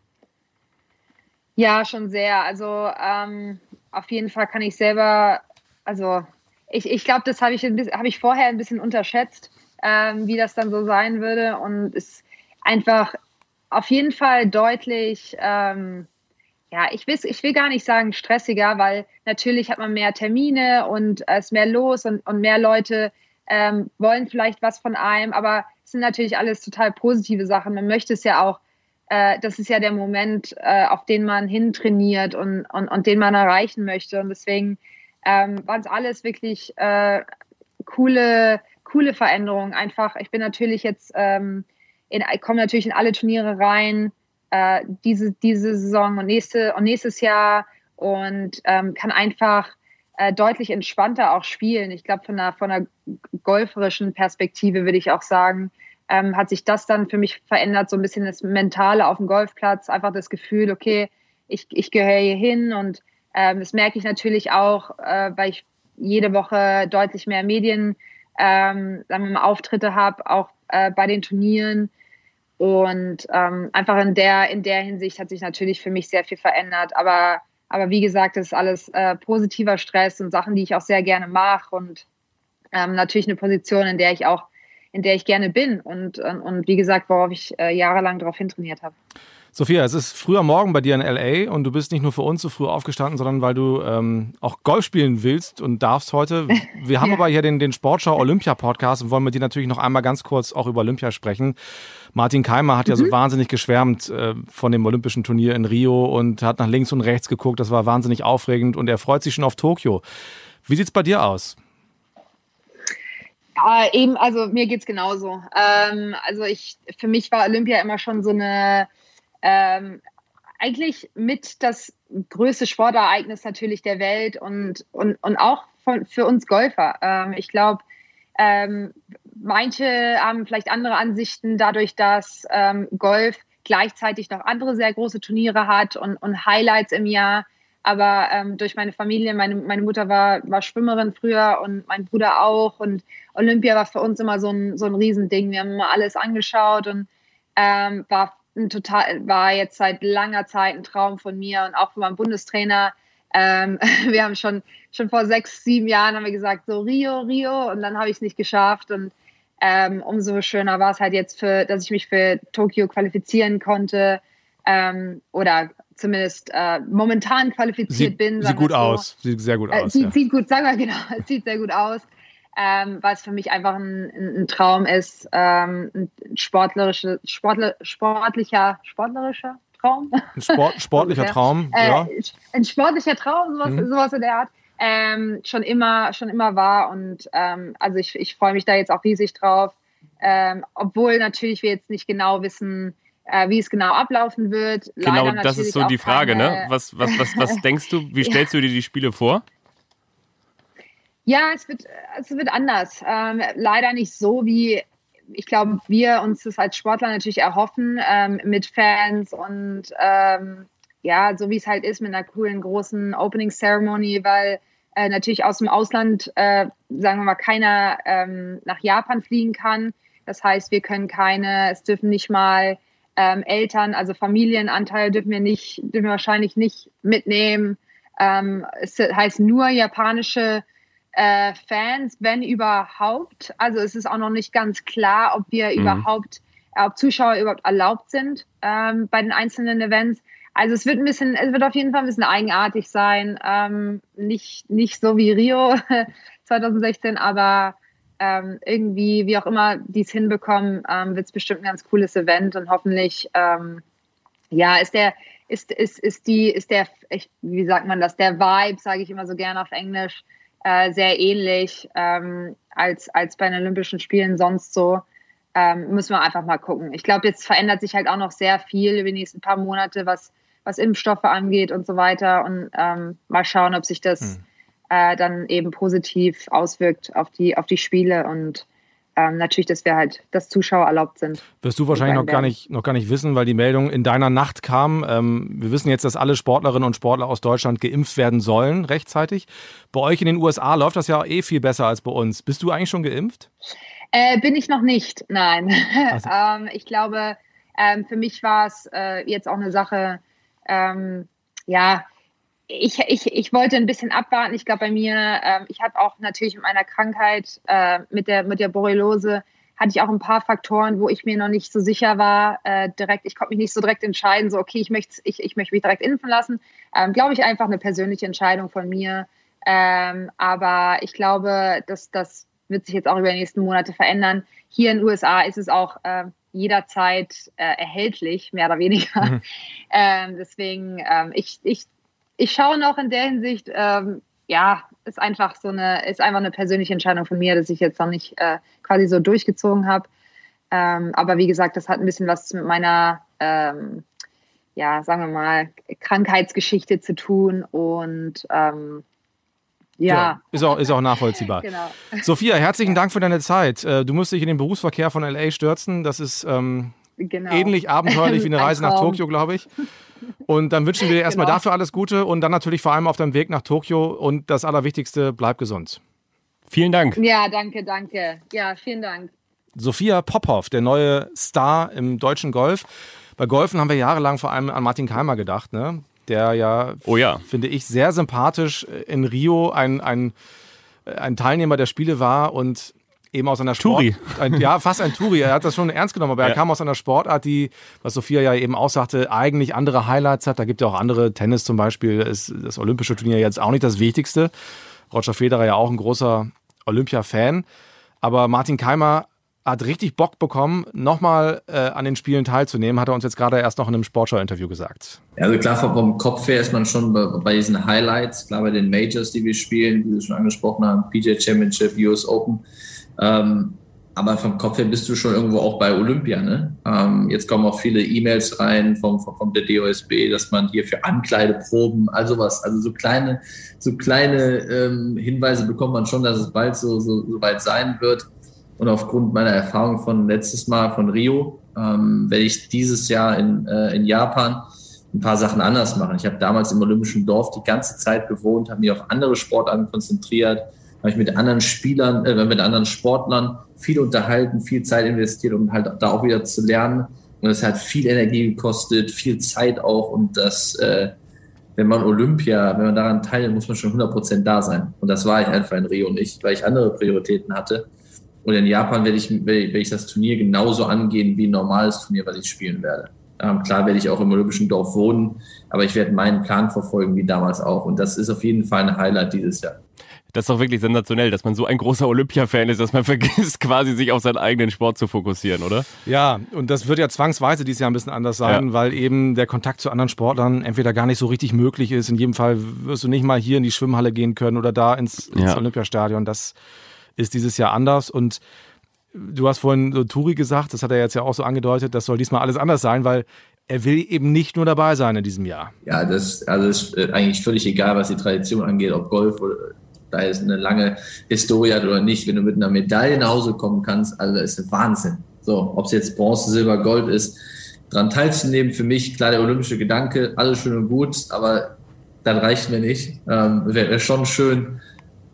Ja, schon sehr. Also ähm, auf jeden Fall kann ich selber, also ich, ich glaube, das habe ich, hab ich vorher ein bisschen unterschätzt, ähm, wie das dann so sein würde, und es einfach auf jeden Fall deutlich, ähm, ja, ich will, ich will gar nicht sagen stressiger, weil natürlich hat man mehr Termine und es ist mehr los, und, und mehr Leute ähm, wollen vielleicht was von einem, aber es sind natürlich alles total positive Sachen. Man möchte es ja auch, äh, das ist ja der Moment, äh, auf den man hintrainiert und, und, und den man erreichen möchte, und deswegen ähm, waren es alles wirklich äh, coole, coole Veränderungen. Einfach, ich bin natürlich jetzt ähm, In, ich komme natürlich in alle Turniere rein, äh, diese, diese Saison und, nächste, und nächstes Jahr, und ähm, kann einfach äh, deutlich entspannter auch spielen. Ich glaube, von einer, von einer golferischen Perspektive würde ich auch sagen, ähm, hat sich das dann für mich verändert, so ein bisschen das Mentale auf dem Golfplatz, einfach das Gefühl, okay, ich, ich gehöre hier hin, und ähm, das merke ich natürlich auch, äh, weil ich jede Woche deutlich mehr Medien, ähm, sagen wir mal, Auftritte habe, auch äh, bei den Turnieren. Und ähm, einfach in der, in der Hinsicht hat sich natürlich für mich sehr viel verändert. Aber, aber wie gesagt, das ist alles äh, positiver Stress und Sachen, die ich auch sehr gerne mache. Und ähm, natürlich eine Position, in der ich auch, in der ich gerne bin. Und, und, und wie gesagt, worauf ich äh, jahrelang darauf hintrainiert habe. Sophia, es ist früher Morgen bei dir in L A, und du bist nicht nur für uns so früh aufgestanden, sondern weil du ähm, auch Golf spielen willst und darfst heute. Wir haben ja. aber hier den, den Sportschau Olympia Podcast und wollen mit dir natürlich noch einmal ganz kurz auch über Olympia sprechen. Martin Keimer hat mhm. ja so wahnsinnig geschwärmt äh, von dem olympischen Turnier in Rio und hat nach links und rechts geguckt. Das war wahnsinnig aufregend, und er freut sich schon auf Tokio. Wie sieht's bei dir aus? Ja, eben, also mir geht's genauso. Ähm, also ich, für mich war Olympia immer schon so eine Ähm, eigentlich mit das größte Sportereignis natürlich der Welt, und, und, und auch von, für uns Golfer. Ähm, ich glaube, ähm, manche haben vielleicht andere Ansichten dadurch, dass ähm, Golf gleichzeitig noch andere sehr große Turniere hat und, und Highlights im Jahr. Aber ähm, durch meine Familie, meine, meine Mutter war, war Schwimmerin früher und mein Bruder auch. Und Olympia war für uns immer so ein, so ein Riesending. Wir haben immer alles angeschaut und ähm, war, ein total, war jetzt seit langer Zeit ein Traum von mir und auch von meinem Bundestrainer. Ähm, wir haben schon, schon vor sechs, sieben Jahren haben wir gesagt, so Rio, Rio. Und dann habe ich es nicht geschafft. Und ähm, umso schöner war es halt jetzt, für, dass ich mich für Tokio qualifizieren konnte. Ähm, oder zumindest äh, momentan qualifiziert sieht, bin. Sieht gut so. aus. Sieht sehr gut äh, aus. Sieht, ja. sieht gut, sagen wir genau, es sieht sehr gut aus. Ähm, weil es für mich einfach ein, ein Traum ist, ähm, ein sportlerische, sportler, sportlicher, sportlerischer Traum. Ein Sport, sportlicher Traum, äh, ja. Ein sportlicher Traum, sowas, Mhm. sowas in der Art. Ähm, schon immer, schon immer war und ähm, also ich, ich freue mich da jetzt auch riesig drauf. Ähm, obwohl natürlich wir jetzt nicht genau wissen, äh, wie es genau ablaufen wird. Genau, Leider das ist so die Frage, keine, ne? Was, was, was, was denkst du, wie stellst du dir die Spiele vor? Ja, es wird, es wird anders. Ähm, leider nicht so, wie ich glaube, wir uns das als Sportler natürlich erhoffen, ähm, mit Fans und ähm, ja, so wie es halt ist mit einer coolen, großen Opening Ceremony, weil äh, natürlich aus dem Ausland, äh, sagen wir mal, keiner ähm, nach Japan fliegen kann. Das heißt, wir können keine, es dürfen nicht mal ähm, Eltern, also Familienanteil dürfen wir nicht, dürfen wir wahrscheinlich nicht mitnehmen. Ähm, es heißt nur japanische Äh, Fans, wenn überhaupt. Also es ist auch noch nicht ganz klar, ob wir mhm. überhaupt, äh, ob Zuschauer überhaupt erlaubt sind ähm, bei den einzelnen Events. Also es wird ein bisschen, es wird auf jeden Fall ein bisschen eigenartig sein. Ähm, nicht, nicht so wie Rio zwanzig sechzehn, aber ähm, irgendwie, wie auch immer die es hinbekommen, ähm, wird es bestimmt ein ganz cooles Event und hoffentlich, ähm, ja, ist der, ist, ist, ist die, ist der, ich, wie sagt man das, der Vibe, sage ich immer so gerne auf Englisch, Äh, sehr ähnlich ähm, als, als bei den Olympischen Spielen sonst so. Ähm, müssen wir einfach mal gucken. Ich glaube, jetzt verändert sich halt auch noch sehr viel über die nächsten paar Monate, was, was Impfstoffe angeht und so weiter. Und ähm, mal schauen, ob sich das hm. äh, dann eben positiv auswirkt auf die, auf die Spiele und ähm, natürlich, dass wir halt, dass Zuschauer erlaubt sind. Wirst du wahrscheinlich noch gar, nicht, noch gar nicht wissen, weil die Meldung in deiner Nacht kam. Ähm, wir wissen jetzt, dass alle Sportlerinnen und Sportler aus Deutschland geimpft werden sollen, rechtzeitig. Bei euch in den U S A läuft das ja eh viel besser als bei uns. Bist du eigentlich schon geimpft? Äh, bin ich noch nicht, nein. Also. ähm, ich glaube, ähm, für mich war es äh, jetzt auch eine Sache, ähm, ja, Ich, ich, ich wollte ein bisschen abwarten. Ich glaube, bei mir, ähm, ich habe auch natürlich mit meiner Krankheit, äh, mit der mit der Borreliose, hatte ich auch ein paar Faktoren, wo ich mir noch nicht so sicher war. Äh, direkt, ich konnte mich nicht so direkt entscheiden, so okay, ich möchte ich, ich möchte mich direkt impfen lassen. Ähm, glaube ich, einfach eine persönliche Entscheidung von mir. Ähm, aber ich glaube, dass das wird sich jetzt auch über die nächsten Monate verändern. Hier in den U S A ist es auch äh, jederzeit äh, erhältlich, mehr oder weniger. Mhm. Ähm, deswegen, ähm, ich, ich Ich schaue noch in der Hinsicht, ähm, ja, ist einfach so eine, ist einfach eine persönliche Entscheidung von mir, dass ich jetzt noch nicht äh, quasi so durchgezogen habe. Ähm, aber wie gesagt, das hat ein bisschen was mit meiner, ähm, ja, sagen wir mal, Krankheitsgeschichte zu tun und ähm, ja. ja. Ist auch, ist auch nachvollziehbar. Genau. Sophia, herzlichen Dank für deine Zeit. Du musst dich in den Berufsverkehr von L A stürzen. Das ist ähm, genau. ähnlich abenteuerlich wie eine Reise nach Tokio, glaube ich. Und dann wünschen wir dir erstmal genau. dafür alles Gute und dann natürlich vor allem auf deinem Weg nach Tokio und das Allerwichtigste, bleib gesund. Vielen Dank. Ja, danke, danke. Ja, vielen Dank. Sophia Popov, der neue Star im deutschen Golf. Bei Golfen haben wir jahrelang vor allem an Martin Kaymer gedacht, ne? Der ja, oh ja, finde ich, sehr sympathisch in Rio ein, ein, ein Teilnehmer der Spiele war und eben aus einer Sport... Touri. Ein, ja, fast ein Touri. Er hat das schon ernst genommen, aber er ja. kam aus einer Sportart, die, was Sophia ja eben auch sagte, eigentlich andere Highlights hat. Da gibt es ja auch andere, Tennis zum Beispiel, ist das olympische Turnier jetzt auch nicht das Wichtigste. Roger Federer ja auch ein großer Olympia-Fan. Aber Martin Kaymer hat richtig Bock bekommen, nochmal äh, an den Spielen teilzunehmen, hat er uns jetzt gerade erst noch in einem Sportschau-Interview gesagt. Also klar, vom Kopf her ist man schon bei, bei diesen Highlights, klar bei den Majors, die wir spielen, wie wir schon angesprochen haben, P G A Championship, U S Open. Ähm, aber vom Kopf her bist du schon irgendwo auch bei Olympia, ne? Ähm, jetzt kommen auch viele E-Mails rein vom, vom, vom der D O S B, dass man hier für Ankleideproben, also was, also so kleine, so kleine ähm, Hinweise bekommt man schon, dass es bald so, so, so weit sein wird. Und aufgrund meiner Erfahrung von letztes Mal von Rio, ähm, werde ich dieses Jahr in, äh, in Japan ein paar Sachen anders machen. Ich habe damals im Olympischen Dorf die ganze Zeit gewohnt, habe mich auf andere Sportarten konzentriert, habe mich mit anderen Spielern, äh, mit anderen Sportlern viel unterhalten, viel Zeit investiert, um halt da auch wieder zu lernen. Und das hat viel Energie gekostet, viel Zeit auch. Und das, äh, wenn man Olympia, wenn man daran teilnimmt, muss man schon hundert Prozent da sein. Und das war ich einfach in Rio nicht, weil ich andere Prioritäten hatte. Und in Japan werde ich, werde ich das Turnier genauso angehen wie ein normales Turnier, was ich spielen werde. Ähm, klar werde ich auch im Olympischen Dorf wohnen, aber ich werde meinen Plan verfolgen wie damals auch. Und das ist auf jeden Fall ein Highlight dieses Jahr. Das ist doch wirklich sensationell, dass man so ein großer Olympia-Fan ist, dass man vergisst, quasi sich auf seinen eigenen Sport zu fokussieren, oder? Ja, und das wird ja zwangsweise dieses Jahr ein bisschen anders sein, ja. weil eben der Kontakt zu anderen Sportlern entweder gar nicht so richtig möglich ist. In jedem Fall wirst du nicht mal hier in die Schwimmhalle gehen können oder da ins, ins ja. Olympiastadion. Das ist dieses Jahr anders. Und du hast vorhin so Turi gesagt, das hat er jetzt ja auch so angedeutet, das soll diesmal alles anders sein, weil er will eben nicht nur dabei sein in diesem Jahr. Ja, das also ist eigentlich völlig egal, was die Tradition angeht, ob Golf oder da ist eine lange Historie hat oder nicht. Wenn du mit einer Medaille nach Hause kommen kannst, also das ist Wahnsinn. So, ob es jetzt Bronze, Silber, Gold ist, daran teilzunehmen, für mich, klar, der olympische Gedanke, alles schön und gut, aber das reicht mir nicht. Ähm, wäre schon schön,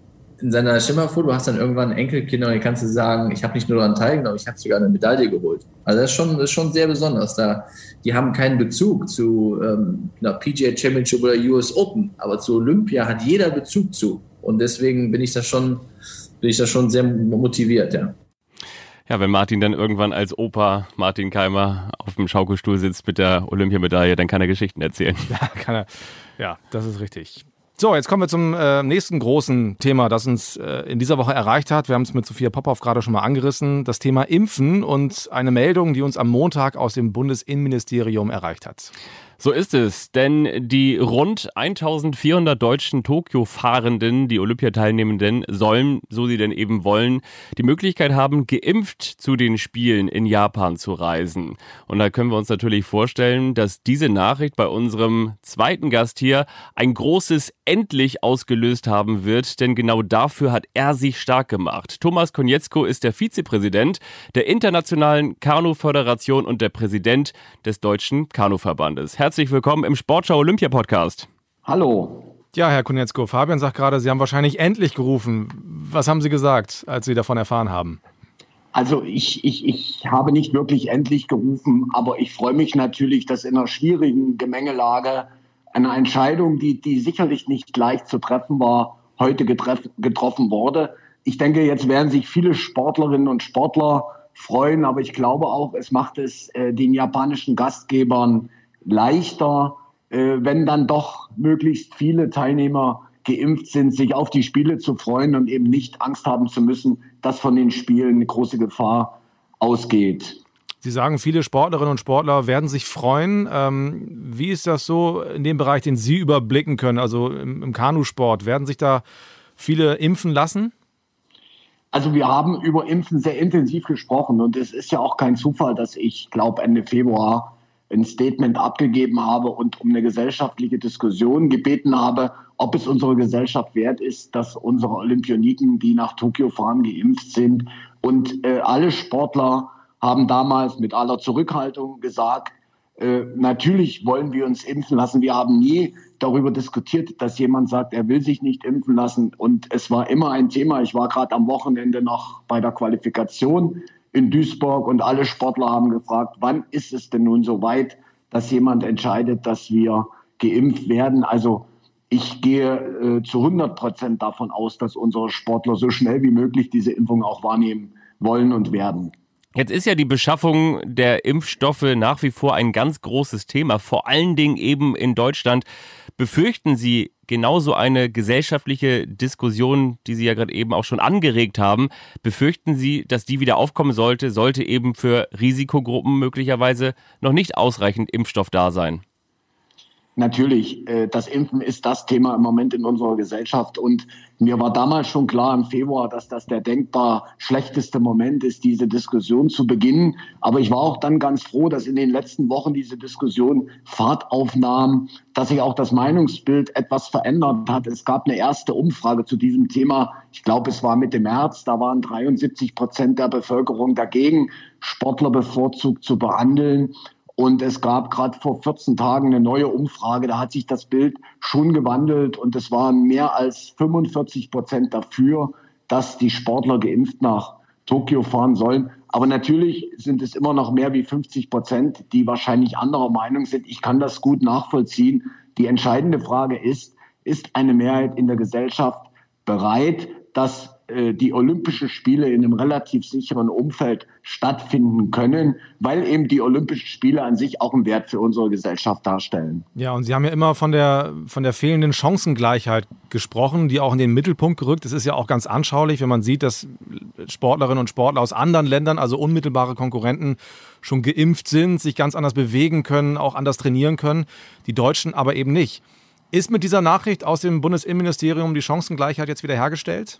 in seiner Schimmerfuhr, du hast dann irgendwann Enkelkinder und dann kannst du sagen, ich habe nicht nur daran teilgenommen, ich habe sogar eine Medaille geholt. Also das ist schon, das ist schon sehr besonders. Da, die haben keinen Bezug zu ähm, einer P G A Championship oder U S Open, aber zu Olympia hat jeder Bezug zu. Und deswegen bin ich da schon, bin ich da schon sehr motiviert, ja. Ja, wenn Martin dann irgendwann als Opa Martin Keimer auf dem Schaukelstuhl sitzt mit der Olympiamedaille, dann kann er Geschichten erzählen. Ja, kann er. Ja, das ist richtig. So, jetzt kommen wir zum äh, nächsten großen Thema, das uns äh, in dieser Woche erreicht hat. Wir haben es mit Sophia Popov gerade schon mal angerissen. Das Thema Impfen und eine Meldung, die uns am Montag aus dem Bundesinnenministerium erreicht hat. So ist es, denn die rund eintausendvierhundert deutschen Tokio-Fahrenden, die Olympiateilnehmenden, sollen, so sie denn eben wollen, die Möglichkeit haben, geimpft zu den Spielen in Japan zu reisen. Und da können wir uns natürlich vorstellen, dass diese Nachricht bei unserem zweiten Gast hier ein großes Endlich ausgelöst haben wird, denn genau dafür hat er sich stark gemacht. Thomas Konietzko ist der Vizepräsident der Internationalen Kanu-Föderation und der Präsident des Deutschen Kanuverbandes. Herzlich willkommen im Sportschau Olympia Podcast. Hallo. Ja, Herr Konietzko, Fabian sagt gerade, Sie haben wahrscheinlich endlich gerufen. Was haben Sie gesagt, als Sie davon erfahren haben? Also ich, ich, ich habe nicht wirklich endlich gerufen, aber ich freue mich natürlich, dass in einer schwierigen Gemengelage eine Entscheidung, die, die sicherlich nicht leicht zu treffen war, heute getreff, getroffen wurde. Ich denke, jetzt werden sich viele Sportlerinnen und Sportler freuen, aber ich glaube auch, es macht es äh, den japanischen Gastgebern leichter, äh, wenn dann doch möglichst viele Teilnehmer geimpft sind, sich auf die Spiele zu freuen und eben nicht Angst haben zu müssen, dass von den Spielen eine große Gefahr ausgeht. Sie sagen, viele Sportlerinnen und Sportler werden sich freuen. Ähm, wie ist das so in dem Bereich, den Sie überblicken können, also im, im Kanusport? Werden sich da viele impfen lassen? Also wir haben über Impfen sehr intensiv gesprochen und es ist ja auch kein Zufall, dass ich, glaube Ende Februar ein Statement abgegeben habe und um eine gesellschaftliche Diskussion gebeten habe, ob es unsere Gesellschaft wert ist, dass unsere Olympioniken, die nach Tokio fahren, geimpft sind. Und äh, alle Sportler haben damals mit aller Zurückhaltung gesagt, äh, natürlich wollen wir uns impfen lassen. Wir haben nie darüber diskutiert, dass jemand sagt, er will sich nicht impfen lassen. Und es war immer ein Thema. Ich war gerade am Wochenende noch bei der Qualifikation in Duisburg und alle Sportler haben gefragt, wann ist es denn nun so weit, dass jemand entscheidet, dass wir geimpft werden? Also ich gehe äh, zu hundert Prozent davon aus, dass unsere Sportler so schnell wie möglich diese Impfung auch wahrnehmen wollen und werden. Jetzt ist ja die Beschaffung der Impfstoffe nach wie vor ein ganz großes Thema, vor allen Dingen eben in Deutschland. Befürchten Sie genauso eine gesellschaftliche Diskussion, die Sie ja gerade eben auch schon angeregt haben, befürchten Sie, dass die wieder aufkommen sollte, sollte eben für Risikogruppen möglicherweise noch nicht ausreichend Impfstoff da sein? Natürlich, das Impfen ist das Thema im Moment in unserer Gesellschaft und mir war damals schon klar im Februar, dass das der denkbar schlechteste Moment ist, diese Diskussion zu beginnen. Aber ich war auch dann ganz froh, dass in den letzten Wochen diese Diskussion Fahrt aufnahm, dass sich auch das Meinungsbild etwas verändert hat. Es gab eine erste Umfrage zu diesem Thema. Ich glaube, es war Mitte März. Da waren dreiundsiebzig Prozent der Bevölkerung dagegen, Sportler bevorzugt zu behandeln. Und es gab gerade vor vierzehn Tagen eine neue Umfrage, da hat sich das Bild schon gewandelt und es waren mehr als fünfundvierzig Prozent dafür, dass die Sportler geimpft nach Tokio fahren sollen. Aber natürlich sind es immer noch mehr wie fünfzig Prozent, die wahrscheinlich anderer Meinung sind. Ich kann das gut nachvollziehen. Die entscheidende Frage ist, ist eine Mehrheit in der Gesellschaft bereit, dass äh, die Olympischen Spiele in einem relativ sicheren Umfeld stattfinden können, weil eben die Olympischen Spiele an sich auch einen Wert für unsere Gesellschaft darstellen. Ja, und Sie haben ja immer von der, von der fehlenden Chancengleichheit gesprochen, die auch in den Mittelpunkt gerückt. Es ist ja auch ganz anschaulich, wenn man sieht, dass Sportlerinnen und Sportler aus anderen Ländern, also unmittelbare Konkurrenten, schon geimpft sind, sich ganz anders bewegen können, auch anders trainieren können. Die Deutschen aber eben nicht. Ist mit dieser Nachricht aus dem Bundesinnenministerium die Chancengleichheit jetzt wieder hergestellt?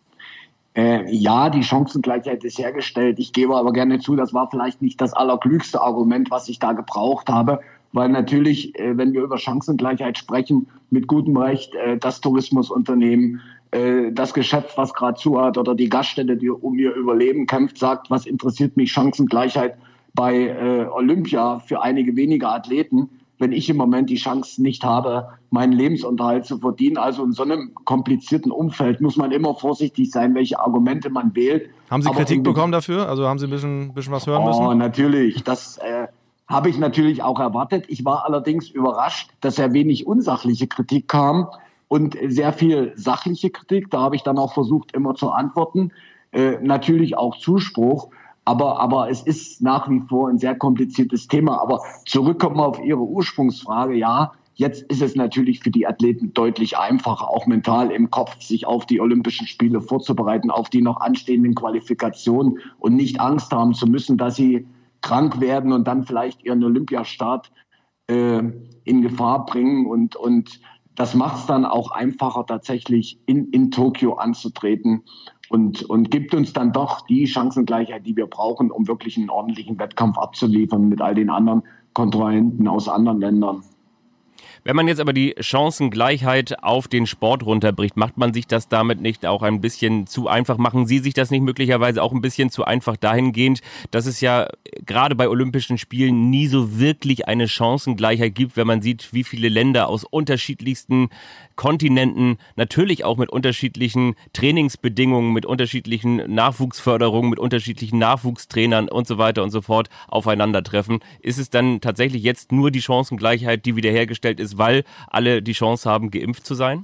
Äh, ja, die Chancengleichheit ist hergestellt. Ich gebe aber gerne zu, das war vielleicht nicht das allerklügste Argument, was ich da gebraucht habe, weil natürlich, äh, wenn wir über Chancengleichheit sprechen, mit gutem Recht äh, das Tourismusunternehmen, äh, das Geschäft, was gerade zu hat, oder die Gaststätte, die um ihr Überleben kämpft, sagt, was interessiert mich Chancengleichheit bei äh, Olympia für einige wenige Athleten, wenn ich im Moment die Chance nicht habe, meinen Lebensunterhalt zu verdienen. Also in so einem komplizierten Umfeld muss man immer vorsichtig sein, welche Argumente man wählt. Haben Sie Aber Kritik in, bekommen dafür? Also haben Sie ein bisschen, bisschen was hören oh, müssen? Oh, natürlich. Das äh, habe ich natürlich auch erwartet. Ich war allerdings überrascht, dass sehr wenig unsachliche Kritik kam und sehr viel sachliche Kritik. Da habe ich dann auch versucht, immer zu antworten. Äh, natürlich auch Zuspruch. Aber, aber es ist nach wie vor ein sehr kompliziertes Thema. Aber zurückkommen wir auf Ihre Ursprungsfrage. Ja, jetzt ist es natürlich für die Athleten deutlich einfacher, auch mental im Kopf, sich auf die Olympischen Spiele vorzubereiten, auf die noch anstehenden Qualifikationen und nicht Angst haben zu müssen, dass sie krank werden und dann vielleicht ihren Olympiastart äh, in Gefahr bringen. Und, und das macht es dann auch einfacher, tatsächlich in, in Tokio anzutreten. Und, und gibt uns dann doch die Chancengleichheit, die wir brauchen, um wirklich einen ordentlichen Wettkampf abzuliefern mit all den anderen Kontrahenten aus anderen Ländern. Wenn man jetzt aber die Chancengleichheit auf den Sport runterbricht, macht man sich das damit nicht auch ein bisschen zu einfach? Machen Sie sich das nicht möglicherweise auch ein bisschen zu einfach dahingehend, dass es ja gerade bei Olympischen Spielen nie so wirklich eine Chancengleichheit gibt, wenn man sieht, wie viele Länder aus unterschiedlichsten Kontinenten, natürlich auch mit unterschiedlichen Trainingsbedingungen, mit unterschiedlichen Nachwuchsförderungen, mit unterschiedlichen Nachwuchstrainern und so weiter und so fort aufeinandertreffen. Ist es dann tatsächlich jetzt nur die Chancengleichheit, die wiederhergestellt ist, weil alle die Chance haben, geimpft zu sein?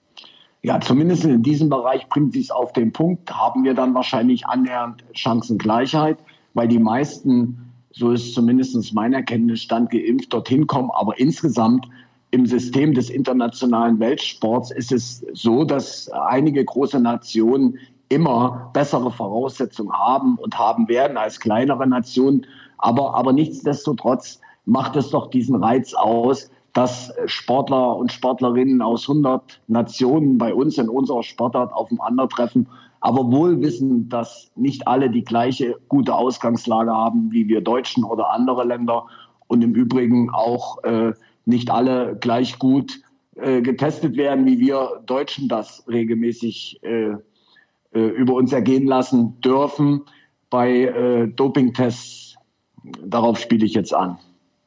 Ja, zumindest in diesem Bereich bringt sie es auf den Punkt, haben wir dann wahrscheinlich annähernd Chancengleichheit, weil die meisten, so ist zumindest mein Erkenntnisstand, geimpft dorthin kommen, aber insgesamt im System des internationalen Weltsports ist es so, dass einige große Nationen immer bessere Voraussetzungen haben und haben werden als kleinere Nationen. Aber, aber nichtsdestotrotz macht es doch diesen Reiz aus, dass Sportler und Sportlerinnen aus hundert Nationen bei uns in unserer Sportart aufeinandertreffen, aber wohl wissen, dass nicht alle die gleiche gute Ausgangslage haben wie wir Deutschen oder andere Länder und im Übrigen auch äh, nicht alle gleich gut äh, getestet werden, wie wir Deutschen das regelmäßig äh, äh, über uns ergehen lassen dürfen. Bei äh, Dopingtests, darauf spiele ich jetzt an.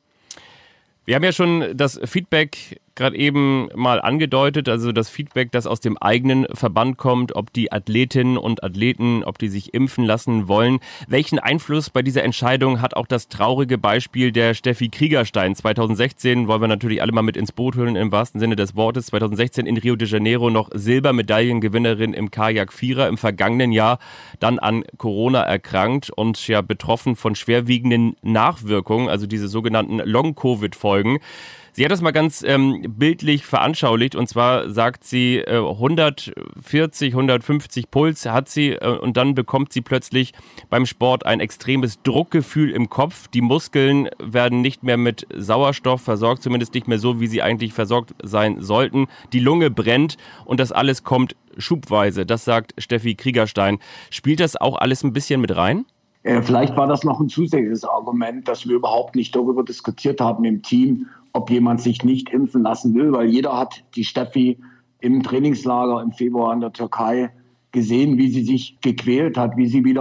Wir haben ja schon das Feedback gerade eben mal angedeutet, also das Feedback, das aus dem eigenen Verband kommt, ob die Athletinnen und Athleten, ob die sich impfen lassen wollen. Welchen Einfluss bei dieser Entscheidung hat auch das traurige Beispiel der Steffi Kriegerstein? zweitausendsechzehn wollen wir natürlich alle mal mit ins Boot holen, im wahrsten Sinne des Wortes. zweitausendsechzehn in Rio de Janeiro noch Silbermedaillengewinnerin im Kajak-Vierer, im vergangenen Jahr dann an Corona erkrankt und ja betroffen von schwerwiegenden Nachwirkungen, also diese sogenannten Long-Covid-Folgen. Sie hat das mal ganz ähm, bildlich veranschaulicht und zwar sagt sie äh, hundertvierzig, hundertfünfzig Puls hat sie äh, und dann bekommt sie plötzlich beim Sport ein extremes Druckgefühl im Kopf. Die Muskeln werden nicht mehr mit Sauerstoff versorgt, zumindest nicht mehr so, wie sie eigentlich versorgt sein sollten. Die Lunge brennt und das alles kommt schubweise. Das sagt Steffi Kriegerstein. Spielt das auch alles ein bisschen mit rein? Äh, vielleicht war das noch ein zusätzliches Argument, dass wir überhaupt nicht darüber diskutiert haben im Team, ob jemand sich nicht impfen lassen will, weil jeder hat die Steffi im Trainingslager im Februar in der Türkei gesehen, wie sie sich gequält hat, wie sie wieder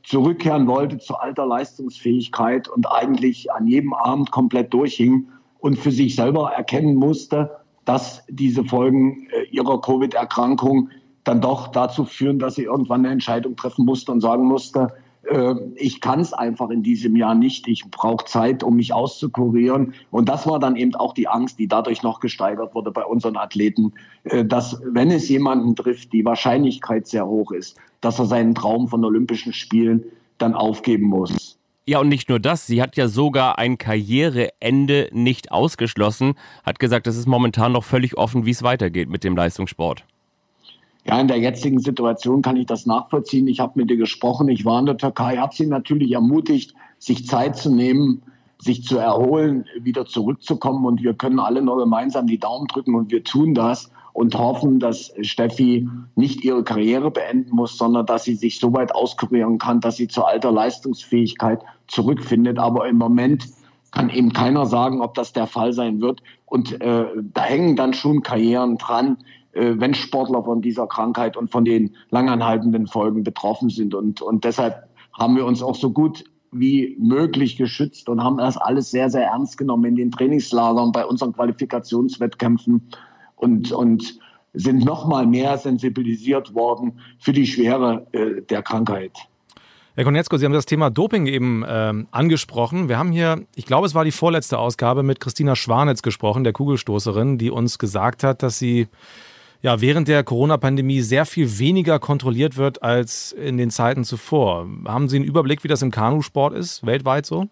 zurückkehren wollte zu alter Leistungsfähigkeit und eigentlich an jedem Abend komplett durchhing und für sich selber erkennen musste, dass diese Folgen ihrer Covid-Erkrankung dann doch dazu führen, dass sie irgendwann eine Entscheidung treffen musste und sagen musste, äh, ich kann es einfach in diesem Jahr nicht, ich brauche Zeit, um mich auszukurieren. Und das war dann eben auch die Angst, die dadurch noch gesteigert wurde bei unseren Athleten, äh, dass, wenn es jemanden trifft, die Wahrscheinlichkeit sehr hoch ist, dass er seinen Traum von Olympischen Spielen dann aufgeben muss. Ja, und nicht nur das, sie hat ja sogar ein Karriereende nicht ausgeschlossen, hat gesagt, es ist momentan noch völlig offen, wie es weitergeht mit dem Leistungssport. Ja, in der jetzigen Situation kann ich das nachvollziehen. Ich habe mit ihr gesprochen, ich war in der Türkei, habe sie natürlich ermutigt, sich Zeit zu nehmen, sich zu erholen, wieder zurückzukommen. Und wir können alle nur gemeinsam die Daumen drücken und wir tun das und hoffen, dass Steffi nicht ihre Karriere beenden muss, sondern dass sie sich so weit auskurieren kann, dass sie zu alter Leistungsfähigkeit zurückfindet. Aber im Moment kann eben keiner sagen, ob das der Fall sein wird. Und äh, da hängen dann schon Karrieren dran, wenn Sportler von dieser Krankheit und von den langanhaltenden Folgen betroffen sind. Und, und deshalb haben wir uns auch so gut wie möglich geschützt und haben das alles sehr, sehr ernst genommen in den Trainingslagern, bei unseren Qualifikationswettkämpfen und, und sind noch mal mehr sensibilisiert worden für die Schwere äh, der Krankheit. Herr Konietzko, Sie haben das Thema Doping eben ähm, angesprochen. Wir haben hier, ich glaube, es war die vorletzte Ausgabe, mit Christina Schwanitz gesprochen, der Kugelstoßerin, die uns gesagt hat, dass sie ja, während der Corona-Pandemie sehr viel weniger kontrolliert wird als in den Zeiten zuvor. Haben Sie einen Überblick, wie das im Kanusport ist, weltweit so?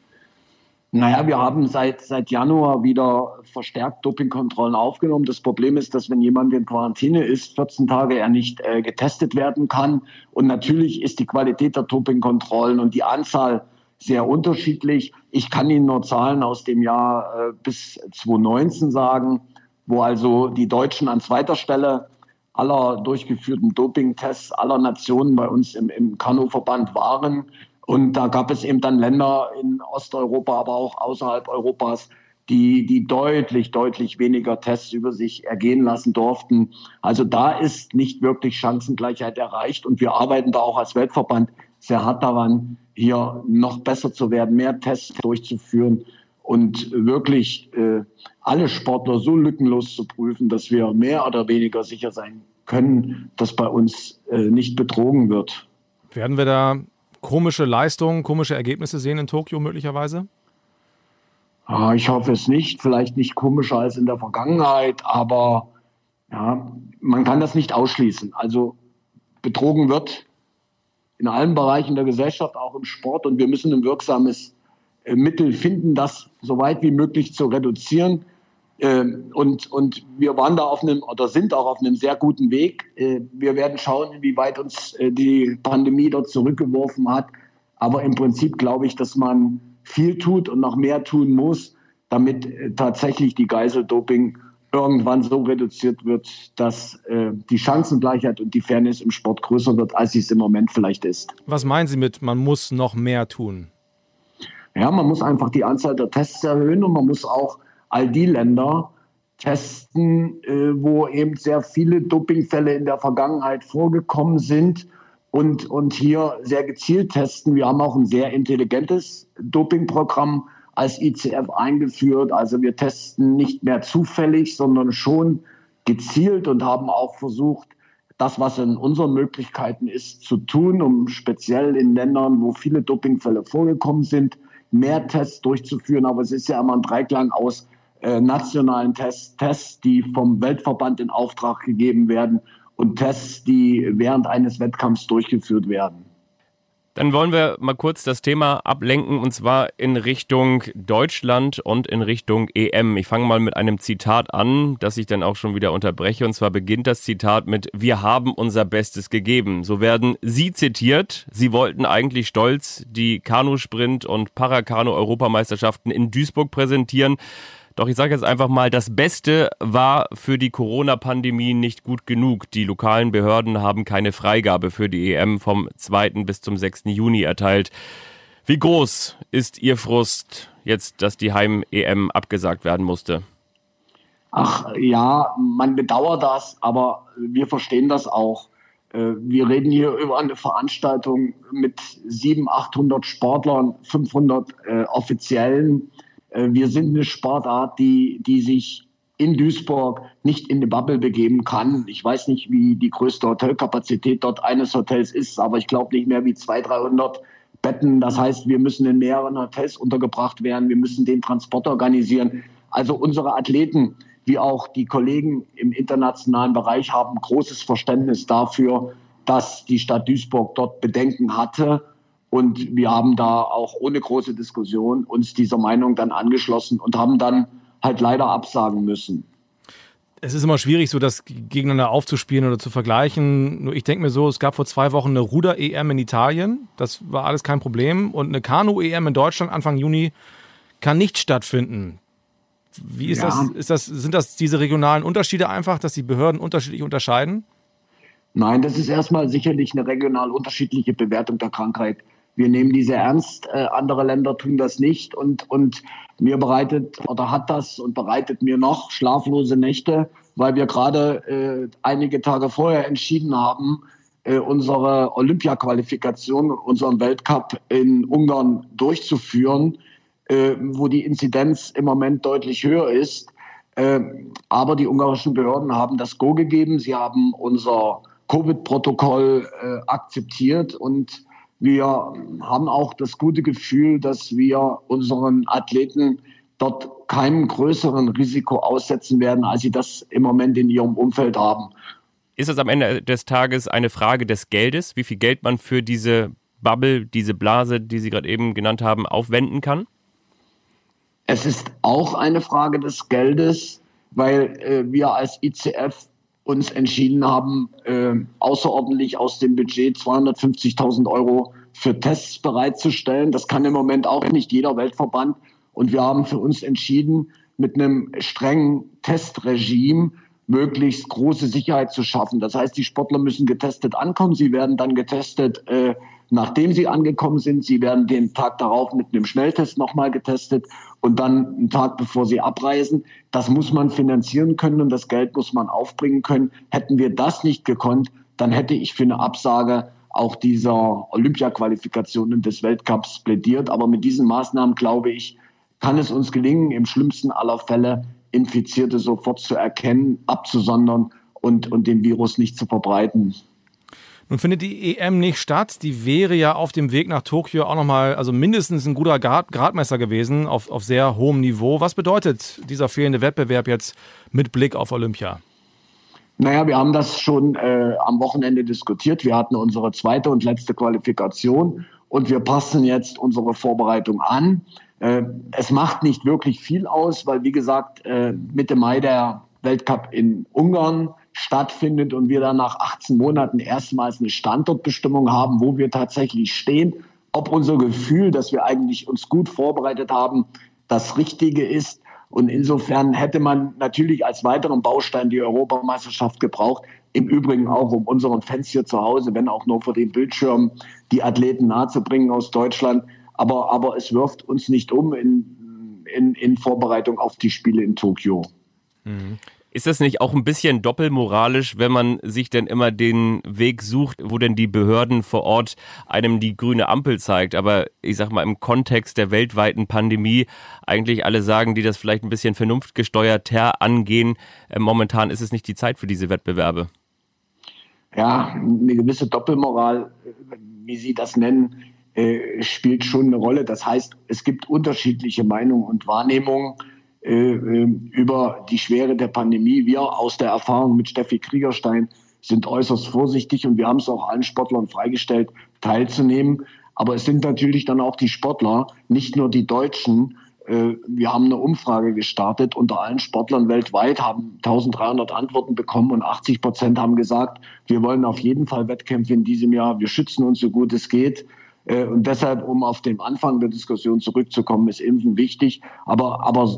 Naja, wir haben seit, seit Januar wieder verstärkt Dopingkontrollen aufgenommen. Das Problem ist, dass wenn jemand in Quarantäne ist, vierzehn Tage er nicht äh, getestet werden kann. Und natürlich ist die Qualität der Dopingkontrollen und die Anzahl sehr unterschiedlich. Ich kann Ihnen nur Zahlen aus dem Jahr äh, bis zwanzig neunzehn sagen, wo also die Deutschen an zweiter Stelle aller durchgeführten Dopingtests aller Nationen bei uns im, im Kanuverband waren. Und da gab es eben dann Länder in Osteuropa, aber auch außerhalb Europas, die, die deutlich, deutlich weniger Tests über sich ergehen lassen durften. Also da ist nicht wirklich Chancengleichheit erreicht. Und wir arbeiten da auch als Weltverband sehr hart daran, hier noch besser zu werden, mehr Tests durchzuführen und wirklich äh, alle Sportler so lückenlos zu prüfen, dass wir mehr oder weniger sicher sein können, dass bei uns äh, nicht betrogen wird. Werden wir da komische Leistungen, komische Ergebnisse sehen in Tokio möglicherweise? Ah, ich hoffe es nicht. Vielleicht nicht komischer als in der Vergangenheit, aber ja, man kann das nicht ausschließen. Also betrogen wird in allen Bereichen der Gesellschaft, auch im Sport. Und wir müssen ein wirksames Mittel finden, das so weit wie möglich zu reduzieren. Und, und wir waren da auf einem oder sind auch auf einem sehr guten Weg. Wir werden schauen, inwieweit uns die Pandemie dort zurückgeworfen hat. Aber im Prinzip glaube ich, dass man viel tut und noch mehr tun muss, damit tatsächlich die Geiseldoping irgendwann so reduziert wird, dass die Chancengleichheit und die Fairness im Sport größer wird, als sie es im Moment vielleicht ist. Was meinen Sie mit, man muss noch mehr tun? Ja, man muss einfach die Anzahl der Tests erhöhen und man muss auch all die Länder testen, äh, wo eben sehr viele Dopingfälle in der Vergangenheit vorgekommen sind und, und hier sehr gezielt testen. Wir haben auch ein sehr intelligentes Dopingprogramm als I C F eingeführt. Also wir testen nicht mehr zufällig, sondern schon gezielt und haben auch versucht, das, was in unseren Möglichkeiten ist, zu tun, um speziell in Ländern, wo viele Dopingfälle vorgekommen sind, mehr Tests durchzuführen. Aber es ist ja immer ein Dreiklang aus äh, nationalen Tests, Tests, die vom Weltverband in Auftrag gegeben werden und Tests, die während eines Wettkampfs durchgeführt werden. Dann wollen wir mal kurz das Thema ablenken, und zwar in Richtung Deutschland und in Richtung E M. Ich fange mal mit einem Zitat an, das ich dann auch schon wieder unterbreche. Und zwar beginnt das Zitat mit: Wir haben unser Bestes gegeben. So werden Sie zitiert. Sie wollten eigentlich stolz die Kanusprint- und Parakanu-Europameisterschaften in Duisburg präsentieren. Doch ich sage jetzt einfach mal, das Beste war für die Corona-Pandemie nicht gut genug. Die lokalen Behörden haben keine Freigabe für die E M vom zweiten bis zum sechsten Juni erteilt. Wie groß ist Ihr Frust jetzt, dass die Heim-E M abgesagt werden musste? Ach ja, man bedauert das, aber wir verstehen das auch. Wir reden hier über eine Veranstaltung mit siebenhundert, achthundert Sportlern, fünfhundert äh, Offiziellen. Äh, wir sind eine Sportart, die, die sich in Duisburg nicht in eine Bubble begeben kann. Ich weiß nicht, wie die größte Hotelkapazität dort eines Hotels ist, aber ich glaube nicht mehr wie zweihundert, dreihundert Betten. Das heißt, wir müssen in mehreren Hotels untergebracht werden. Wir müssen den Transport organisieren. Also unsere Athleten, wie auch die Kollegen im internationalen Bereich, haben großes Verständnis dafür, dass die Stadt Duisburg dort Bedenken hatte. Und wir haben da auch ohne große Diskussion uns dieser Meinung dann angeschlossen und haben dann halt leider absagen müssen. Es ist immer schwierig, so das gegeneinander aufzuspielen oder zu vergleichen. Nur ich denke mir so, es gab vor zwei Wochen eine Ruder-E M in Italien. Das war alles kein Problem. Und eine Kanu-E M in Deutschland Anfang Juni kann nicht stattfinden. Wie ist, ja. das, ist das? Sind das diese regionalen Unterschiede einfach, dass die Behörden unterschiedlich unterscheiden? Nein, das ist erstmal sicherlich eine regional unterschiedliche Bewertung der Krankheit. Wir nehmen diese ernst, äh, andere Länder tun das nicht. Und, und mir bereitet oder hat das und bereitet mir noch schlaflose Nächte, weil wir gerade äh, einige Tage vorher entschieden haben, äh, unsere Olympia-Qualifikation, unseren Weltcup in Ungarn durchzuführen, wo die Inzidenz im Moment deutlich höher ist. Aber die ungarischen Behörden haben das Go gegeben. Sie haben unser Covid-Protokoll akzeptiert und wir haben auch das gute Gefühl, dass wir unseren Athleten dort keinem größeren Risiko aussetzen werden, als sie das im Moment in ihrem Umfeld haben. Ist es am Ende des Tages eine Frage des Geldes, wie viel Geld man für diese Bubble, diese Blase, die Sie gerade eben genannt haben, aufwenden kann? Es ist auch eine Frage des Geldes, weil äh, wir als I C F uns entschieden haben, äh, außerordentlich aus dem Budget zweihundertfünfzigtausend Euro für Tests bereitzustellen. Das kann im Moment auch nicht jeder Weltverband. Und wir haben für uns entschieden, mit einem strengen Testregime möglichst große Sicherheit zu schaffen. Das heißt, die Sportler müssen getestet ankommen. Sie werden dann getestet, äh, nachdem sie angekommen sind. Sie werden den Tag darauf mit einem Schnelltest nochmal getestet und dann einen Tag bevor sie abreisen. Das muss man finanzieren können und das Geld muss man aufbringen können. Hätten wir das nicht gekonnt, dann hätte ich für eine Absage auch dieser Olympia-Qualifikation und des Weltcups plädiert. Aber mit diesen Maßnahmen, glaube ich, kann es uns gelingen, im schlimmsten aller Fälle Infizierte sofort zu erkennen, abzusondern und, und den Virus nicht zu verbreiten. Nun findet die E M nicht statt. Die wäre ja auf dem Weg nach Tokio auch nochmal, also mindestens ein guter Grad, Gradmesser gewesen, auf, auf sehr hohem Niveau. Was bedeutet dieser fehlende Wettbewerb jetzt mit Blick auf Olympia? Naja, wir haben das schon äh, am Wochenende diskutiert. Wir hatten unsere zweite und letzte Qualifikation und wir passen jetzt unsere Vorbereitung an. Äh, es macht nicht wirklich viel aus, weil, wie gesagt, äh, Mitte Mai der Weltcup in Ungarn stattfindet und wir dann nach achtzehn Monaten erstmals eine Standortbestimmung haben, wo wir tatsächlich stehen. Ob unser Gefühl, dass wir eigentlich uns gut vorbereitet haben, das Richtige ist. Und insofern hätte man natürlich als weiteren Baustein die Europameisterschaft gebraucht. Im Übrigen auch, um unseren Fans hier zu Hause, wenn auch nur vor dem Bildschirm, die Athleten nahezubringen aus Deutschland. Aber, aber es wirft uns nicht um in, in, in Vorbereitung auf die Spiele in Tokio. Mhm. Ist das nicht auch ein bisschen doppelmoralisch, wenn man sich denn immer den Weg sucht, wo denn die Behörden vor Ort einem die grüne Ampel zeigt, aber ich sag mal im Kontext der weltweiten Pandemie eigentlich alle sagen, die das vielleicht ein bisschen vernunftgesteuerter angehen, äh, momentan ist es nicht die Zeit für diese Wettbewerbe? Ja, eine gewisse Doppelmoral, wie Sie das nennen, äh, spielt schon eine Rolle. Das heißt, es gibt unterschiedliche Meinungen und Wahrnehmungen über die Schwere der Pandemie. Wir aus der Erfahrung mit Steffi Kriegerstein sind äußerst vorsichtig und wir haben es auch allen Sportlern freigestellt, teilzunehmen. Aber es sind natürlich dann auch die Sportler, nicht nur die Deutschen. Wir haben eine Umfrage gestartet unter allen Sportlern weltweit, haben dreizehnhundert Antworten bekommen und achtzig Prozent haben gesagt, wir wollen auf jeden Fall Wettkämpfe in diesem Jahr, wir schützen uns so gut es geht. Und deshalb, um auf den Anfang der Diskussion zurückzukommen, ist Impfen wichtig. Aber, aber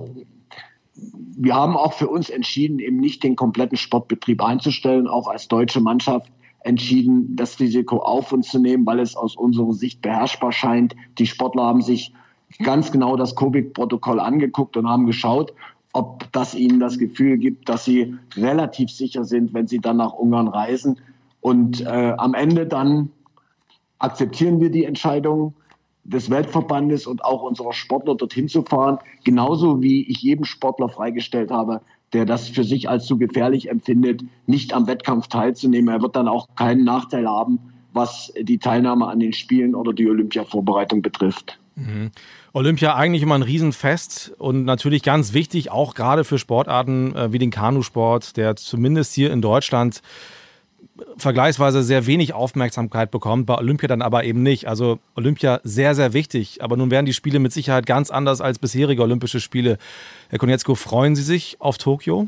wir haben auch für uns entschieden, eben nicht den kompletten Sportbetrieb einzustellen, auch als deutsche Mannschaft entschieden, das Risiko auf uns zu nehmen, weil es aus unserer Sicht beherrschbar scheint. Die Sportler haben sich ganz genau das Covid-Protokoll angeguckt und haben geschaut, ob das ihnen das Gefühl gibt, dass sie relativ sicher sind, wenn sie dann nach Ungarn reisen. Und äh, am Ende dann akzeptieren wir die Entscheidung des Weltverbandes und auch unserer Sportler dorthin zu fahren, genauso wie ich jedem Sportler freigestellt habe, der das für sich als zu gefährlich empfindet, nicht am Wettkampf teilzunehmen. Er wird dann auch keinen Nachteil haben, was die Teilnahme an den Spielen oder die Olympia-Vorbereitung betrifft. Mhm. Olympia eigentlich immer ein Riesenfest und natürlich ganz wichtig, auch gerade für Sportarten äh, wie den Kanusport, der zumindest hier in Deutschland vergleichsweise sehr wenig Aufmerksamkeit bekommt, bei Olympia dann aber eben nicht. Also Olympia sehr, sehr wichtig, aber nun werden die Spiele mit Sicherheit ganz anders als bisherige Olympische Spiele. Herr Konietzko, freuen Sie sich auf Tokio?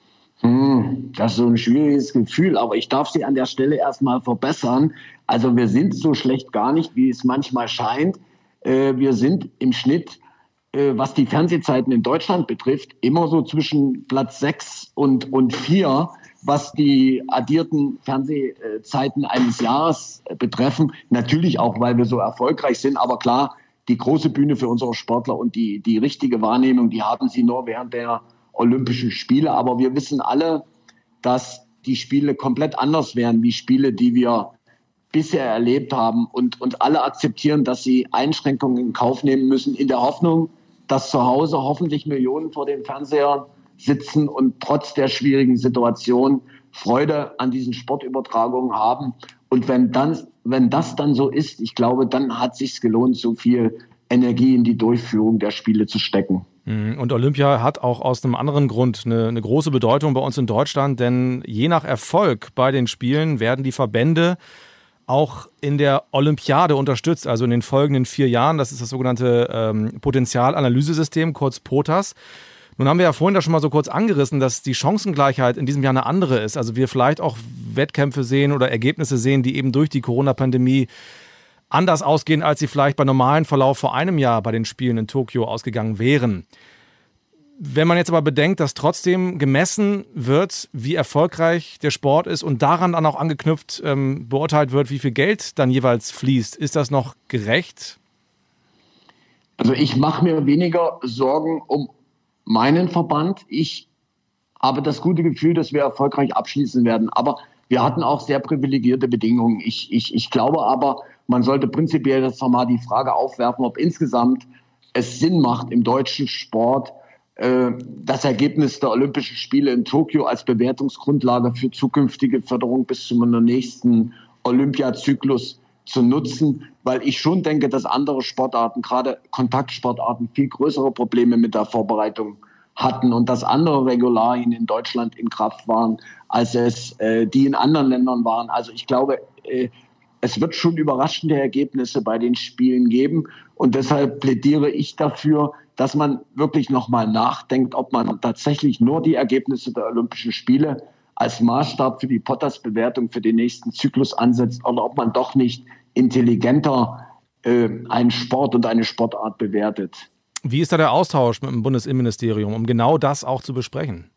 Hm, das ist so ein schwieriges Gefühl, aber ich darf Sie an der Stelle erstmal verbessern. Also wir sind so schlecht gar nicht, wie es manchmal scheint. Äh, wir sind im Schnitt, äh, was die Fernsehzeiten in Deutschland betrifft, immer so zwischen Platz sechs und, und vier, was die addierten Fernsehzeiten eines Jahres betreffen. Natürlich auch, weil wir so erfolgreich sind, aber klar, die große Bühne für unsere Sportler und die, die richtige Wahrnehmung, die haben sie nur während der Olympischen Spiele. Aber wir wissen alle, dass die Spiele komplett anders wären, wie Spiele, die wir bisher erlebt haben. Und, und alle akzeptieren, dass sie Einschränkungen in Kauf nehmen müssen, in der Hoffnung, dass zu Hause hoffentlich Millionen vor dem Fernseher sitzen und trotz der schwierigen Situation Freude an diesen Sportübertragungen haben. Und wenn dann, wenn das dann so ist, ich glaube, dann hat es sich gelohnt, so viel Energie in die Durchführung der Spiele zu stecken. Und Olympia hat auch aus einem anderen Grund eine, eine große Bedeutung bei uns in Deutschland, denn je nach Erfolg bei den Spielen werden die Verbände auch in der Olympiade unterstützt, also in den folgenden vier Jahren. Das ist das sogenannte ähm, Potenzialanalysesystem, kurz POTAS. Nun haben wir ja vorhin da schon mal so kurz angerissen, dass die Chancengleichheit in diesem Jahr eine andere ist. Also wir vielleicht auch Wettkämpfe sehen oder Ergebnisse sehen, die eben durch die Corona-Pandemie anders ausgehen, als sie vielleicht bei normalem Verlauf vor einem Jahr bei den Spielen in Tokio ausgegangen wären. Wenn man jetzt aber bedenkt, dass trotzdem gemessen wird, wie erfolgreich der Sport ist und daran dann auch angeknüpft ähm, beurteilt wird, wie viel Geld dann jeweils fließt, ist das noch gerecht? Also ich mache mir weniger Sorgen um meinen Verband. Ich habe das gute Gefühl, dass wir erfolgreich abschließen werden. Aber wir hatten auch sehr privilegierte Bedingungen. Ich, ich, ich glaube aber, man sollte prinzipiell jetzt nochmal die Frage aufwerfen, ob insgesamt es Sinn macht, im deutschen Sport äh, das Ergebnis der Olympischen Spiele in Tokio als Bewertungsgrundlage für zukünftige Förderung bis zum nächsten Olympiazyklus zu nutzen, weil ich schon denke, dass andere Sportarten, gerade Kontaktsportarten, viel größere Probleme mit der Vorbereitung hatten und dass andere Regularien in Deutschland in Kraft waren, als es äh, die in anderen Ländern waren. Also ich glaube, äh, es wird schon überraschende Ergebnisse bei den Spielen geben und deshalb plädiere ich dafür, dass man wirklich nochmal nachdenkt, ob man tatsächlich nur die Ergebnisse der Olympischen Spiele als Maßstab für die POTAS-Bewertung für den nächsten Zyklus ansetzt oder ob man doch nicht intelligenter äh, einen Sport und eine Sportart bewertet. Wie ist da der Austausch mit dem Bundesinnenministerium, um genau das auch zu besprechen?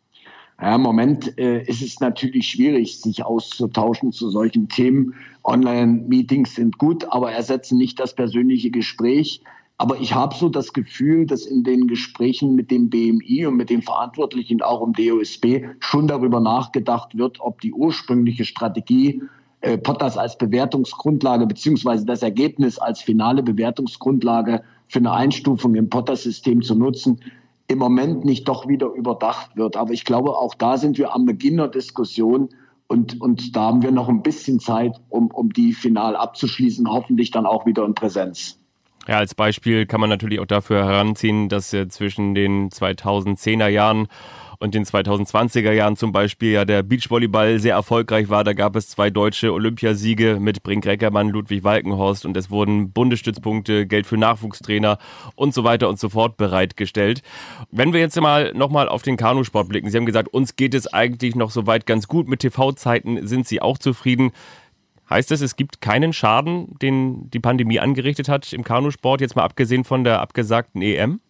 Ja, im Moment äh, ist es natürlich schwierig, sich auszutauschen zu solchen Themen. Online-Meetings sind gut, aber ersetzen nicht das persönliche Gespräch. Aber ich habe so das Gefühl, dass in den Gesprächen mit dem B M I und mit den Verantwortlichen auch im D O S B schon darüber nachgedacht wird, ob die ursprüngliche Strategie, äh, POTAS als Bewertungsgrundlage beziehungsweise das Ergebnis als finale Bewertungsgrundlage für eine Einstufung im POTAS-System zu nutzen, im Moment nicht doch wieder überdacht wird. Aber ich glaube, auch da sind wir am Beginn der Diskussion und, und da haben wir noch ein bisschen Zeit, um, um die final abzuschließen, hoffentlich dann auch wieder in Präsenz. Ja, als Beispiel kann man natürlich auch dafür heranziehen, dass ja zwischen den zweitausendzehner Jahren und den zweitausendzwanziger Jahren zum Beispiel ja der Beachvolleyball sehr erfolgreich war. Da gab es zwei deutsche Olympiasiege mit Brink Reckermann, Ludwig Walkenhorst und es wurden Bundesstützpunkte, Geld für Nachwuchstrainer und so weiter und so fort bereitgestellt. Wenn wir jetzt mal nochmal auf den Kanusport blicken. Sie haben gesagt, uns geht es eigentlich noch soweit ganz gut. Mit T V-Zeiten sind Sie auch zufrieden. Heißt das, es gibt keinen Schaden, den die Pandemie angerichtet hat im Kanusport, jetzt mal abgesehen von der abgesagten E M?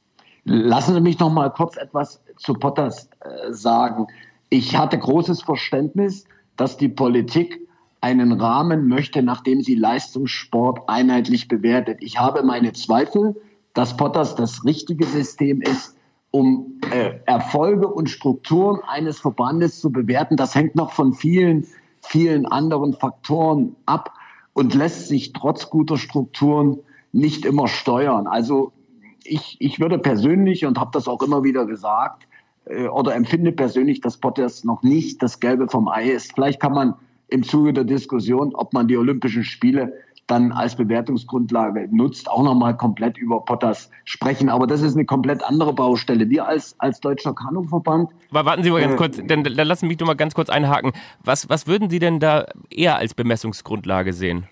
Lassen Sie mich noch mal kurz etwas zu POTAS äh, sagen. Ich hatte großes Verständnis, dass die Politik einen Rahmen möchte, nachdem sie Leistungssport einheitlich bewertet. Ich habe meine Zweifel, dass POTAS das richtige System ist, um äh, Erfolge und Strukturen eines Verbandes zu bewerten. Das hängt noch von vielen vielen anderen Faktoren ab und lässt sich trotz guter Strukturen nicht immer steuern. Also ich, ich würde persönlich, und habe das auch immer wieder gesagt, äh, oder empfinde persönlich, dass Potters noch nicht das Gelbe vom Ei ist. Vielleicht kann man im Zuge der Diskussion, ob man die Olympischen Spiele dann als Bewertungsgrundlage nutzt, auch nochmal komplett über Potters sprechen. Aber das ist eine komplett andere Baustelle. Wir als, als Deutscher Kanuverband... Aber warten Sie mal ganz äh, kurz, dann, dann lassen Sie mich doch mal ganz kurz einhaken. Was, was würden Sie denn da eher als Bemessungsgrundlage sehen?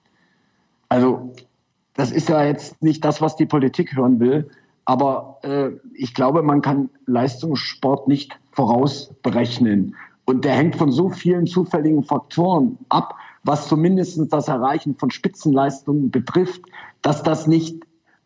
Also, das ist ja jetzt nicht das, was die Politik hören will. Aber äh, ich glaube, man kann Leistungssport nicht vorausberechnen. Und der hängt von so vielen zufälligen Faktoren ab, was zumindest das Erreichen von Spitzenleistungen betrifft, dass das nicht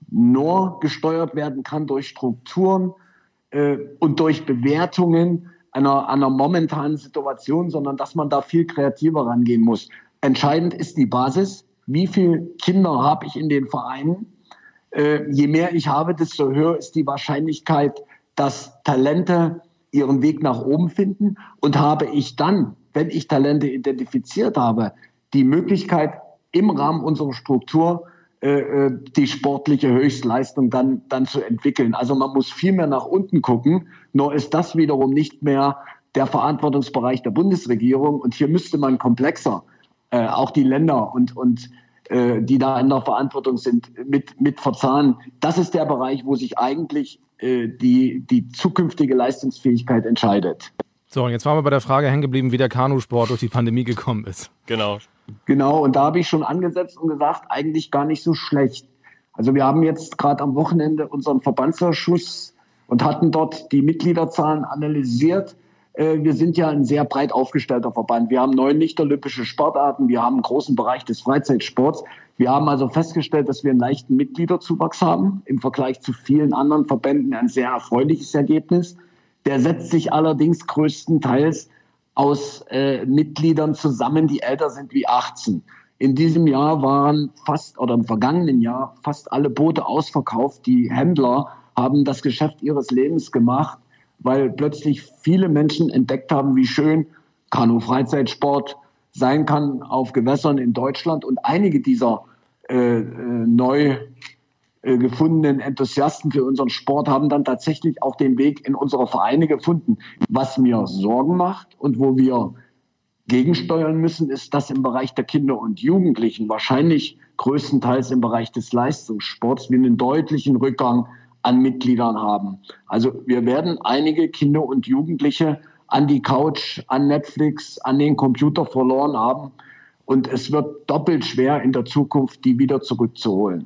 nur gesteuert werden kann durch Strukturen äh, und durch Bewertungen einer, einer momentanen Situation, sondern dass man da viel kreativer rangehen muss. Entscheidend ist die Basis. Wie viele Kinder habe ich in den Vereinen? Äh, je mehr ich habe, desto höher ist die Wahrscheinlichkeit, dass Talente ihren Weg nach oben finden. Und habe ich dann, wenn ich Talente identifiziert habe, die Möglichkeit, im Rahmen unserer Struktur äh, die sportliche Höchstleistung dann, dann zu entwickeln. Also man muss viel mehr nach unten gucken. Nur ist das wiederum nicht mehr der Verantwortungsbereich der Bundesregierung. Und hier müsste man komplexer äh, auch die Länder und, und äh, die da in der Verantwortung sind, mit, mit verzahnen. Das ist der Bereich, wo sich eigentlich äh, die, die zukünftige Leistungsfähigkeit entscheidet. So, und jetzt waren wir bei der Frage hängen geblieben, wie der Kanusport durch die Pandemie gekommen ist. Genau. Genau, und da habe ich schon angesetzt und gesagt, eigentlich gar nicht so schlecht. Also wir haben jetzt gerade am Wochenende unseren Verbandsausschuss und hatten dort die Mitgliederzahlen analysiert. Wir sind ja ein sehr breit aufgestellter Verband. Wir haben neun nicht-olympische Sportarten, wir haben einen großen Bereich des Freizeitsports. Wir haben also festgestellt, dass wir einen leichten Mitgliederzuwachs haben, im Vergleich zu vielen anderen Verbänden ein sehr erfreuliches Ergebnis. Der setzt sich allerdings größtenteils aus äh, Mitgliedern zusammen, die älter sind wie achtzehn. In diesem Jahr waren fast, oder im vergangenen Jahr, fast alle Boote ausverkauft. Die Händler haben das Geschäft ihres Lebens gemacht, weil plötzlich viele Menschen entdeckt haben, wie schön Kanu-Freizeitsport sein kann auf Gewässern in Deutschland. Und einige dieser äh, äh, neu äh, gefundenen Enthusiasten für unseren Sport haben dann tatsächlich auch den Weg in unsere Vereine gefunden. Was mir Sorgen macht und wo wir gegensteuern müssen, ist, dass im Bereich der Kinder und Jugendlichen, wahrscheinlich größtenteils im Bereich des Leistungssports, wir einen deutlichen Rückgang an Mitgliedern haben. Also wir werden einige Kinder und Jugendliche an die Couch, an Netflix, an den Computer verloren haben. Und es wird doppelt schwer in der Zukunft, die wieder zurückzuholen.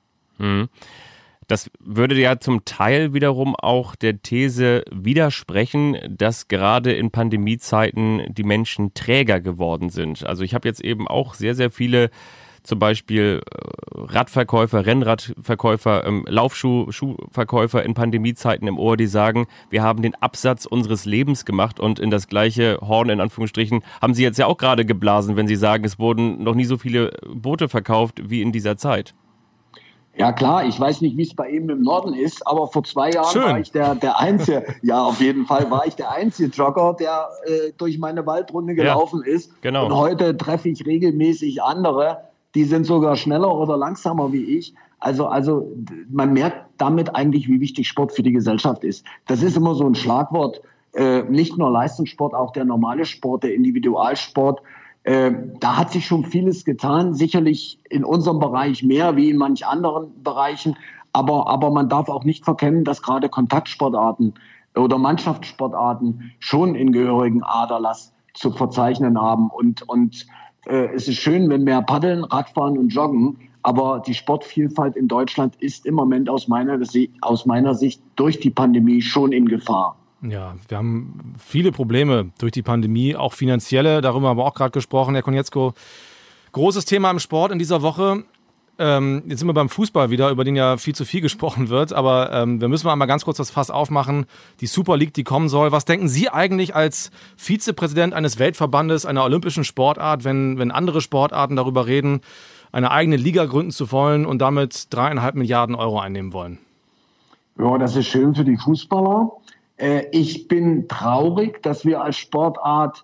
Das würde ja zum Teil wiederum auch der These widersprechen, dass gerade in Pandemiezeiten die Menschen träger geworden sind. Also ich habe jetzt eben auch sehr, sehr viele zum Beispiel Radverkäufer, Rennradverkäufer, ähm, Laufschuhverkäufer in Pandemiezeiten im Ohr, die sagen, wir haben den Absatz unseres Lebens gemacht, und in das gleiche Horn, in Anführungsstrichen, haben Sie jetzt ja auch gerade geblasen, wenn Sie sagen, es wurden noch nie so viele Boote verkauft wie in dieser Zeit. Ja klar, ich weiß nicht, wie es bei ihm im Norden ist, aber vor zwei Jahren Schön. war ich der, der Einzige, ja auf jeden Fall war ich der einzige Jogger, der äh, durch meine Waldrunde gelaufen Ja, ist. genau. Und heute treffe ich regelmäßig andere, die sind sogar schneller oder langsamer wie ich. Also, also man merkt damit eigentlich, wie wichtig Sport für die Gesellschaft ist. Das ist immer so ein Schlagwort, äh, nicht nur Leistungssport, auch der normale Sport, der Individualsport. Äh, da hat sich schon vieles getan, sicherlich in unserem Bereich mehr wie in manch anderen Bereichen. Aber, aber man darf auch nicht verkennen, dass gerade Kontaktsportarten oder Mannschaftssportarten schon in gehörigen Aderlass zu verzeichnen haben. Und, und äh, es ist schön, wenn mehr paddeln, Radfahren und joggen. Aber die Sportvielfalt in Deutschland ist im Moment aus meiner, aus meiner Sicht durch die Pandemie schon in Gefahr. Ja, wir haben viele Probleme durch die Pandemie, auch finanzielle, darüber haben wir auch gerade gesprochen, Herr Konietzko. Großes Thema im Sport in dieser Woche. Ähm, jetzt sind wir beim Fußball wieder, über den ja viel zu viel gesprochen wird, aber ähm, wir müssen mal einmal ganz kurz das Fass aufmachen. Die Super League, die kommen soll. Was denken Sie eigentlich als Vizepräsident eines Weltverbandes, einer olympischen Sportart, wenn, wenn andere Sportarten darüber reden, eine eigene Liga gründen zu wollen und damit dreieinhalb Milliarden Euro einnehmen wollen? Ja, das ist schön für die Fußballer. Ich bin traurig, dass wir als Sportart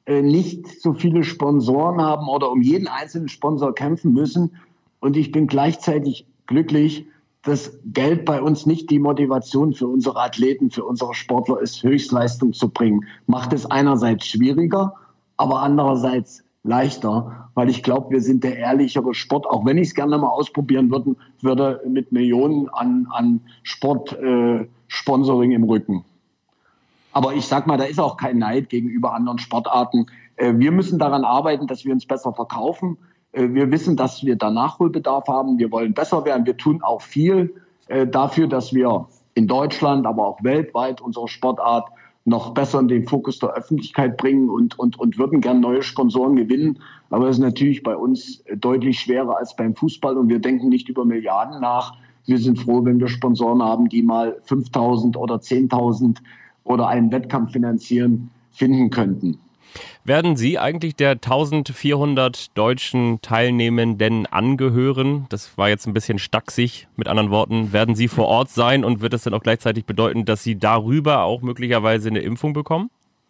äh, nicht so viele Sponsoren haben oder um jeden einzelnen Sponsor kämpfen müssen. Und ich bin gleichzeitig glücklich, dass Geld bei uns nicht die Motivation für unsere Athleten, für unsere Sportler ist, Höchstleistung zu bringen. Macht es einerseits schwieriger, aber andererseits leichter, weil ich glaube, wir sind der ehrlichere Sport, auch wenn ich es gerne mal ausprobieren würde, würde mit Millionen an, an Sport-Sponsoring äh, im Rücken. Aber ich sag mal, da ist auch kein Neid gegenüber anderen Sportarten. Äh, wir müssen daran arbeiten, dass wir uns besser verkaufen. Äh, wir wissen, dass wir da Nachholbedarf haben. Wir wollen besser werden. Wir tun auch viel äh, dafür, dass wir in Deutschland, aber auch weltweit unsere Sportart noch besser in den Fokus der Öffentlichkeit bringen und, und, und würden gern neue Sponsoren gewinnen. Aber es ist natürlich bei uns deutlich schwerer als beim Fußball und wir denken nicht über Milliarden nach. Wir sind froh, wenn wir Sponsoren haben, die mal fünftausend oder zehntausend oder einen Wettkampf finanzieren, finden könnten. Werden Sie eigentlich der eintausendvierhundert deutschen Teilnehmenden angehören? Das war jetzt ein bisschen stacksig, mit anderen Worten. Werden Sie vor Ort sein und wird das dann auch gleichzeitig bedeuten, dass Sie darüber auch möglicherweise eine Impfung bekommen?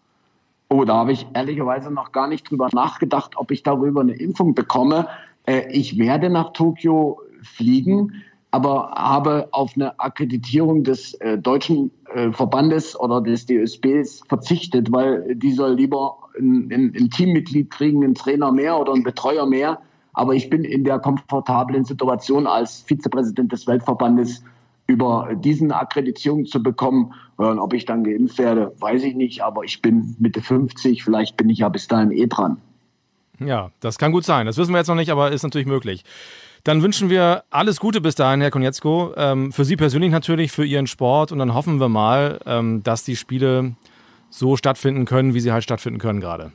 Oh, da habe ich ehrlicherweise noch gar nicht drüber nachgedacht, ob ich darüber eine Impfung bekomme. Äh, ich werde nach Tokio fliegen, aber habe auf eine Akkreditierung des äh, deutschen äh, Verbandes oder des D Ö S Bs verzichtet, weil die soll lieber ein, ein, ein Teammitglied kriegen, einen Trainer mehr oder einen Betreuer mehr. Aber ich bin in der komfortablen Situation als Vizepräsident des Weltverbandes über diesen Akkreditierung zu bekommen. Und ob ich dann geimpft werde, weiß ich nicht. Aber ich bin Mitte fünfzig, vielleicht bin ich ja bis dahin eh dran. Ja, das kann gut sein. Das wissen wir jetzt noch nicht, aber ist natürlich möglich. Dann wünschen wir alles Gute bis dahin, Herr Konietzko. Ähm, für Sie persönlich natürlich, für Ihren Sport. Und dann hoffen wir mal, ähm, dass die Spiele so stattfinden können, wie sie halt stattfinden können gerade.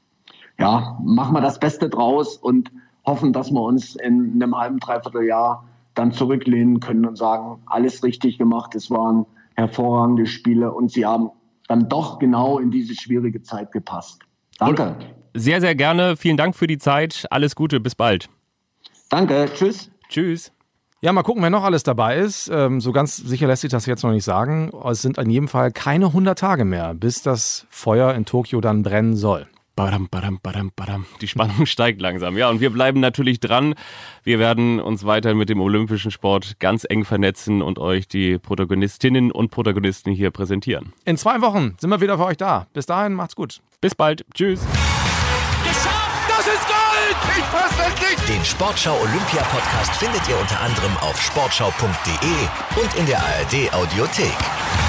Ja, machen wir das Beste draus und hoffen, dass wir uns in einem halben, dreiviertel Jahr dann zurücklehnen können und sagen, alles richtig gemacht. Es waren hervorragende Spiele und sie haben dann doch genau in diese schwierige Zeit gepasst. Danke. Sehr, sehr gerne. Vielen Dank für die Zeit. Alles Gute. Bis bald. Danke, tschüss. Tschüss. Ja, mal gucken, wer noch alles dabei ist. Ähm, so ganz sicher lässt sich das jetzt noch nicht sagen. Es sind in jedem Fall keine hundert Tage mehr, bis das Feuer in Tokio dann brennen soll. Badam, badam, badam, badam. Die Spannung steigt langsam. Ja, und wir bleiben natürlich dran. Wir werden uns weiter mit dem olympischen Sport ganz eng vernetzen und euch die Protagonistinnen und Protagonisten hier präsentieren. In zwei Wochen sind wir wieder für euch da. Bis dahin, macht's gut. Bis bald. Tschüss. Das ist Gold! Ich fass es nicht! Den Sportschau Olympia Podcast findet ihr unter anderem auf sportschau punkt de und in der A R D Audiothek.